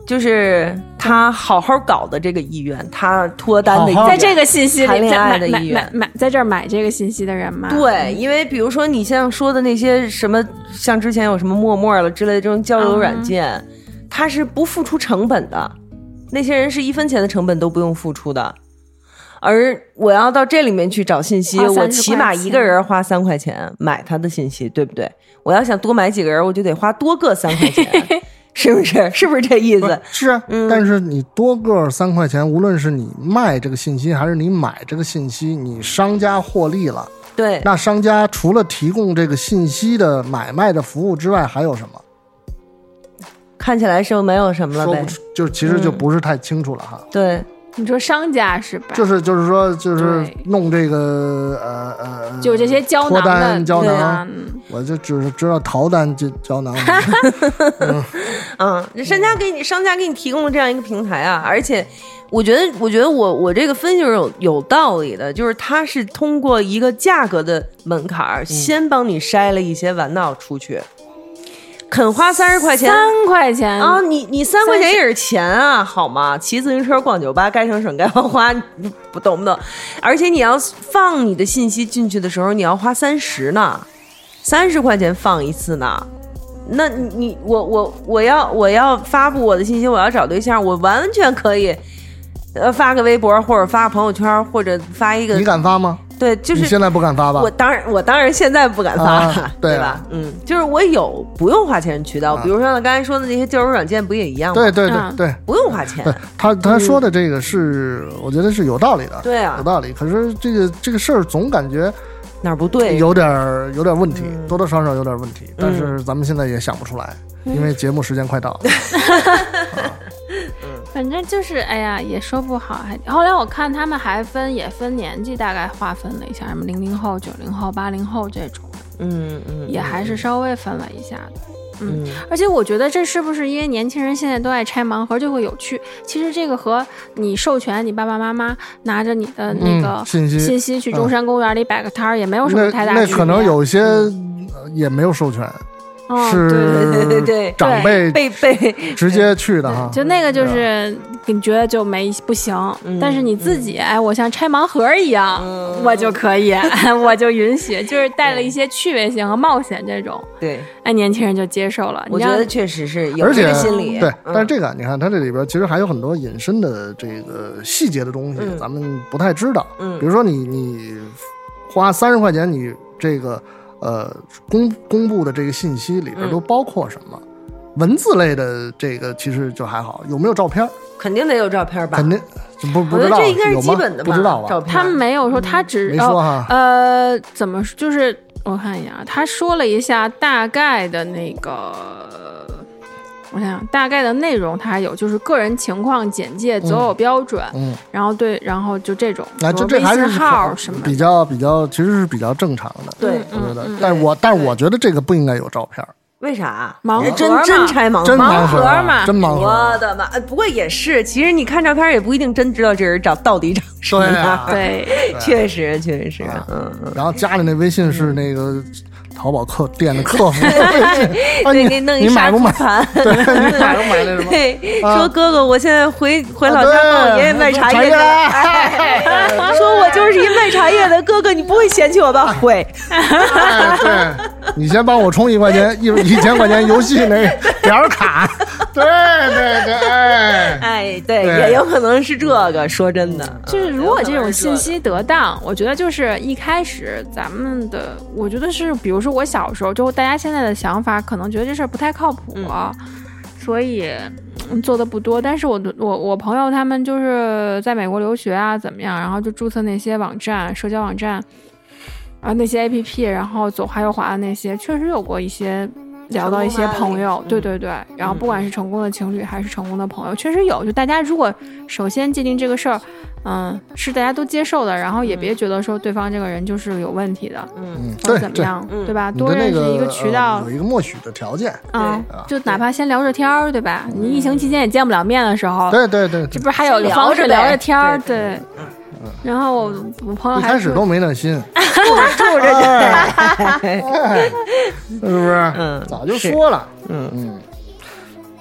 就是他好好搞的这个意愿，他脱单的意愿， 在这个信息里谈恋爱的意愿， 买买买在这儿买这个信息的人嘛。 对，因为比如说你像说的那些什么，像之前有什么陌陌了之类的这种交友软件，嗯、它是不付出成本的，那些人是一分钱的成本都不用付出的。而我要到这里面去找信息，我起码一个人花三块钱买他的信息，对不对？我要想多买几个人，我就得花多个三块钱。是不是？是不是这意思？ 是啊、嗯，但是你多个三块钱，无论是你卖这个信息，还是你买这个信息，你商家获利了。 对， 那商家除了提供这个信息的买卖的服务之外，还有什么？ 看起来是没有什么了呗， 就其实就不是太清楚了哈。 嗯、对。 你说商家是吧？ 就是就是说就是弄这个呃呃， 就这些胶囊的脱单胶囊， 啊、 我就只是知道逃单胶胶囊。 嗯嗯，商家给你商家给你提供了这样一个平台啊，而且我觉得我觉得我我这个分析是有有道理的，就是它是通过一个价格的门槛，嗯、先帮你筛了一些玩闹出去。肯花三十块钱， 三块钱啊！你你三块钱也是钱啊，好吗？骑自行车、逛酒吧，该省省，该花花，你不懂不懂？而且你要放你的信息进去的时候，你要花三十呢，三十块钱放一次呢。那你你我我我要我要发布我的信息，我要找对象，我完全可以，呃，发个微博或者发个朋友圈，或者发一个。 你敢发吗？ 对，就是你现在不敢发吧？ 我当然，我当然现在不敢发了， 啊、对, 对吧？嗯，就是我有不用花钱的渠道，啊、比如说刚才说的那些交友软件，不也一样吗？ 对对对对， 嗯、不用花钱。 他他说的这个是，嗯、我觉得是有道理的， 对啊， 有道理。可是这个这个事儿总感觉哪儿不对， 有点有点问题， 嗯、 多多少少有点问题。但是咱们现在也想不出来， 嗯、 因为节目时间快到了。啊反正就是，哎呀，也说不好。还后来我看他们还分，也分年纪，大概划分了一下，什么零零后、九零后、八零后这种， 嗯嗯， 也还是稍微分了一下的。嗯，嗯而且我觉得这是不是因为年轻人现在都爱拆盲盒，就会有趣？其实这个和你授权你爸爸妈妈拿着你的那个信息、嗯、 信息去中山公园里摆个摊儿，也没有什么太大区别。 那, 那可能有些也没有授权。 哦、 是对对对对， 长辈被被直接去的哈， 就那个就是你觉得就没不行， 嗯、 但是你自己哎，我像拆盲盒一样， 嗯、 我就可以，我就允许，就是带了一些趣味性和冒险这种， 对， 哎，年轻人就接受了。 我觉得确实是有这个心理， 对， 嗯、 但是这个你看，它这里边其实还有很多引申的这个细节的东西， 嗯、 咱们不太知道。 嗯， 比如说你你花三十块钱，你这个。呃，公公布的这个信息里边都包括什么？嗯、文字类的这个其实就还好，有没有照片？ 肯定得有照片吧？ 肯定不不知道， 这应该是基本的吧？ 不知道吧？ 照片他们没有说，他只、 嗯、没说哈。 呃，怎么就是我看一下，他说了一下大概的那个。我想大概的内容它有，就是个人情况简介、择偶标准， 嗯， 然后对，然后就这种， 那就这还是号什么比较比较，其实是比较正常的， 对， 我觉得。 嗯、 但我但我觉得这个不应该有照片， 为啥？ 盲盒真真拆盲盒， 真盲盒嘛，真盲盒。 我的妈！不过也是，其实你看照片也不一定真知道这人长到底长什么样。 对， 确实确实，嗯嗯。 然后加的那微信是那个。淘宝客店的客服， 对，给弄一买不买？ 对， 你买不买那什么？ 对，说哥哥，我现在回回老家帮我爷爷卖茶叶的，说我就是一卖茶叶的哥哥，你不会嫌弃我吧？会。 对，你先帮我充一块钱一一千块钱游戏那点卡。对对对， 哎，对，也有可能是这个。说真的， 就是如果这种信息得当，我觉得就是一开始咱们的，我觉得是，比如说我小时候，就大家现在的想法，可能觉得这事儿不太靠谱， 嗯、 所以做的不多。但是我我我朋友他们就是在美国留学啊，怎么样，然后就注册那些网站、社交网站啊，那些 A P P， 然后左滑右滑的那些，确实有过一些。聊到一些朋友，对对对，然后不管是成功的情侣还是成功的朋友，确实有。就大家如果首先界定这个事儿，嗯，是大家都接受的，然后也别觉得说对方这个人就是有问题的， 嗯， 或者怎么样，对吧？多认识一个渠道， 有一个默许的条件啊，就哪怕先聊着天儿，对吧？你疫情期间也见不了面的时候， 对对对， 这不是还有个方式聊着天儿，对。然后我我朋友一开始都没那心， 处着着， 是不是？嗯，早就说了， 嗯嗯。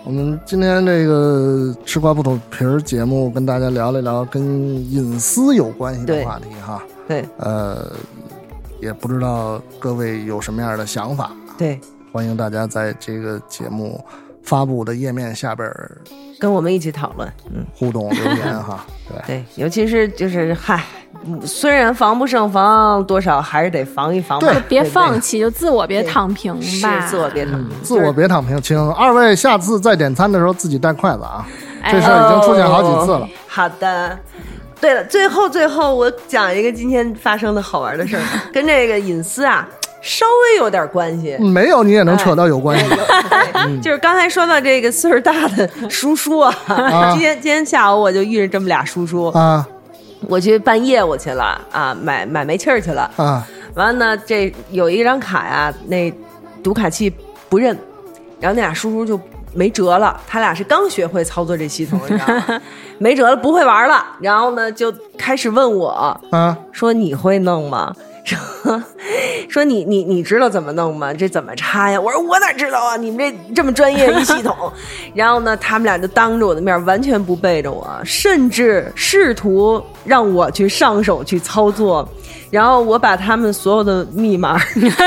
我们今天这个吃瓜不吐皮儿节目，跟大家聊了聊跟隐私有关系的话题哈。 对， 呃，也不知道各位有什么样的想法。 对， 欢迎大家在这个节目发布的页面下边跟我们一起讨论，嗯， 互动留言哈。对对，尤其是就是嗨，虽然防不胜防，多少还是得防一防吧。 就别放弃，就自我别躺平吧。 是自我别躺平， 嗯，自我别躺平，请二位下次在点餐的时候自己带筷子啊。 哎、 这事儿已经出现好几次了。 哦、好的。对了，最后最后我讲一个今天发生的好玩的事儿，跟这个隐私啊稍微有点关系。 没有你也能扯到有关系。 哎嗯、就是刚才说到这个岁数大的叔叔啊，啊今天今天下午我就遇着这么俩叔叔啊， 我去办业务去了啊，买买煤气儿去了啊。 完了呢，这有一张卡呀，那读卡器不认，然后那俩叔叔就没辙了，他俩是刚学会操作这系统，你知道吗？没辙了，不会玩了，然后呢就开始问我啊， 说你会弄吗？说说你你你知道怎么弄吗？这怎么插呀？我说我哪知道啊！你们这这么专业一系统，然后呢，他们俩就当着我的面完全不背着我，甚至试图让我去上手去操作，然后我把他们所有的密码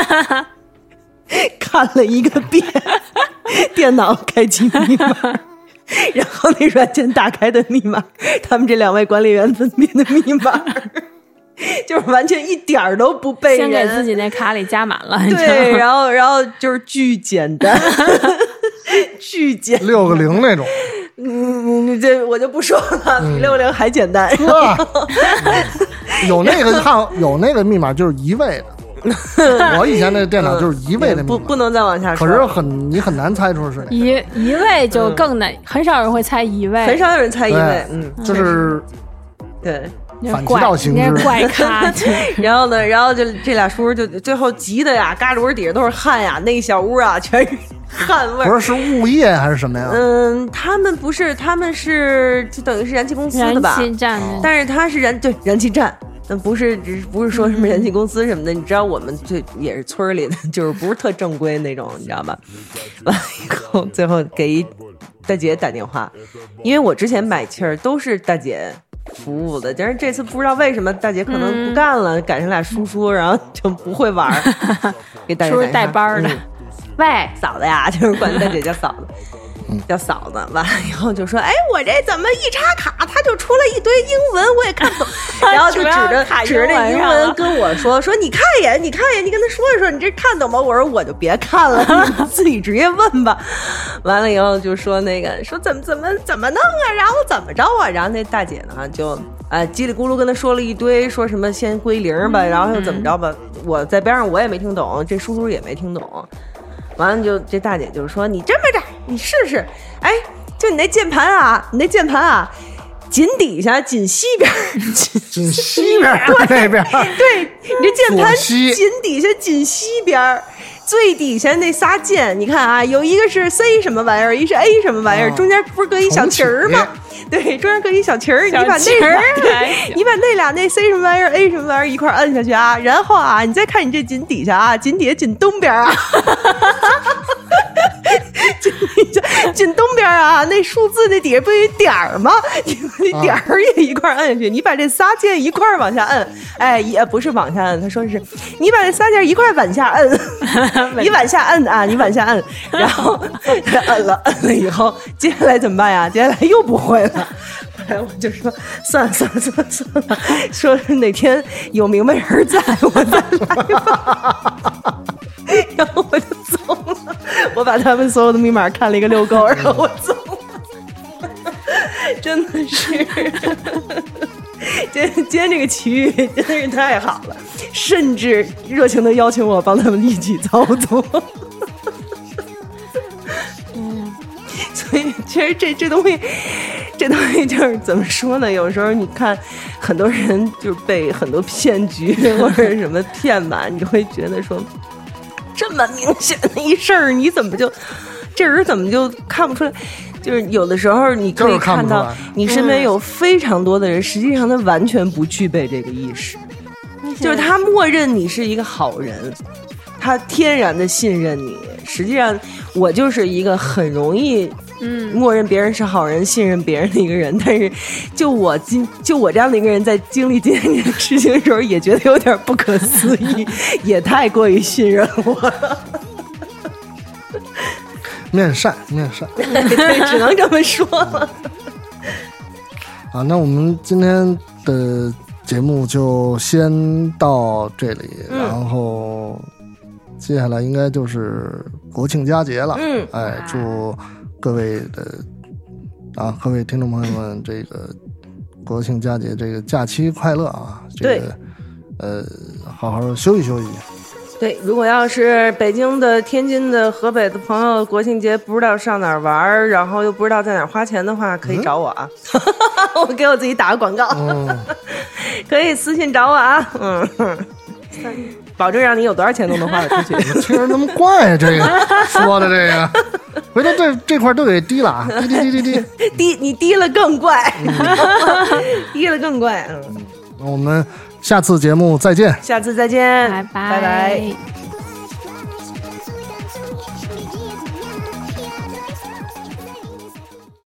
看了一个遍，电脑开启密码。然后那软件打开的密码，他们这两位管理员分别的密码，就是完全一点儿都不背人， 先给自己那卡里加满了。 对，然后然后就是巨简单，巨简单， 六个零那种。 嗯，这我就不说了，比六零还简单。 嗯、有那个看有那个密码就是一位的。我以前那电脑就是一位的密码， 不不能再往下说。 可是很你很难猜出是哪一一位就更难、嗯，很少人会猜一位， 很少有人猜一位。嗯， 就是对反其道行之， 怪咖。 然后呢，然后就这俩叔叔就最后急的呀，嘎吱底下都是汗呀，那小屋啊全是汗味。 不是是物业还是什么呀？ 嗯，他们不是，他们是就等于是燃气公司的吧？ 燃气站， 但是他是燃对燃气站。但不是，只不是说什么燃气公司什么的，嗯、你知道我们这也是村里的，就是不是特正规那种，你知道吧？完了以后，最后给一大姐打电话，因为我之前买气儿都是大姐服务的，但是这次不知道为什么大姐可能不干了，嗯、赶上俩叔叔，然后就不会玩，给大姐叔叔带班的、嗯， 喂，嫂子呀，就是管大姐叫嫂子。叫嫂子，完了以后就说：“哎，我这怎么一插卡，它就出了一堆英文，我也看不懂。”然后就指着指着这英文跟我说：“说你看一眼，你看一眼，你跟他说一说，你这看懂吗？”我说：“我就别看了，你自己直接问吧。”完了以后就说那个说怎么怎么怎么弄啊，然后怎么着啊？然后那大姐呢就啊叽里咕噜跟他说了一堆，说什么先归零吧，然后又怎么着吧？我在边上我也没听懂，这叔叔也没听懂。完了就这大姐就说你这么着你试试，哎，就你那键盘啊，你那键盘啊，紧底下紧西边， 紧西边那边， 对，你这键盘紧底下紧西边。最底下那仨键，你看啊，有一个是 C 什么玩意儿，一是 A 什么玩意儿，哦、中间不是搁一小旗儿吗？对，中间搁一小旗儿，你把那俩，你把那俩那 C 什么玩意儿 A 什么玩意儿一块摁下去啊，然后啊，你再看你这紧底下啊，紧底下紧东边啊。紧底下紧东边啊，那数字那底下不有一点儿吗？你把那点儿也一块摁下去，你把这仨键一块往下摁，哎，也不是往下摁，他说是你把这仨键一块往下摁，你往下摁啊，你往下摁，然后他摁了，摁了以后，接下来怎么办呀？接下来又不会了。后来我就说算了算了算了算了，说哪天有明白人在我再来吧。然后我就走了，我把他们所有的密码看了一个溜够，然后我走了。真的是，今今天这个奇遇真的是太好了，甚至热情的邀请我帮他们一起操作。嗯，所以其实这这东西，这东西就是怎么说呢？有时候你看很多人就被很多骗局或者什么骗吧，你就会觉得说。这么明显的一事儿，你怎么就这人怎么就看不出来？就是有的时候你可以看到，你身边有非常多的人，实际上他完全不具备这个意识，就是他默认你是一个好人，他天然的信任你。实际上，我就是一个很容易嗯， 默认别人是好人，信任别人的一个人。但是，就我今就我这样的一个人，在经历今天这个事情的时候，也觉得有点不可思议，也太过于信任我了。 面善，面善， 对，只能这么说了。 啊，那我们今天的节目就先到这里，嗯、然后接下来应该就是国庆佳节了。嗯，哎，祝各位的啊，各位听众朋友们，这个国庆佳节这个假期快乐啊！这个呃，好好休息休息。 对，如果要是北京的、天津的、河北的朋友，国庆节不知道上哪儿玩，然后又不知道在哪儿花钱的话，可以找我啊！嗯、我给我自己打个广告，嗯、可以私信找我啊！嗯，保证让你有多少钱都能花得出去。 听着那么怪，这个说的这个，回头这这块都给低了啊！低低低低低， 低你低了更怪，嗯、低了更怪。嗯， 那我们。下次节目再见， 下次再见， 拜拜。 拜拜。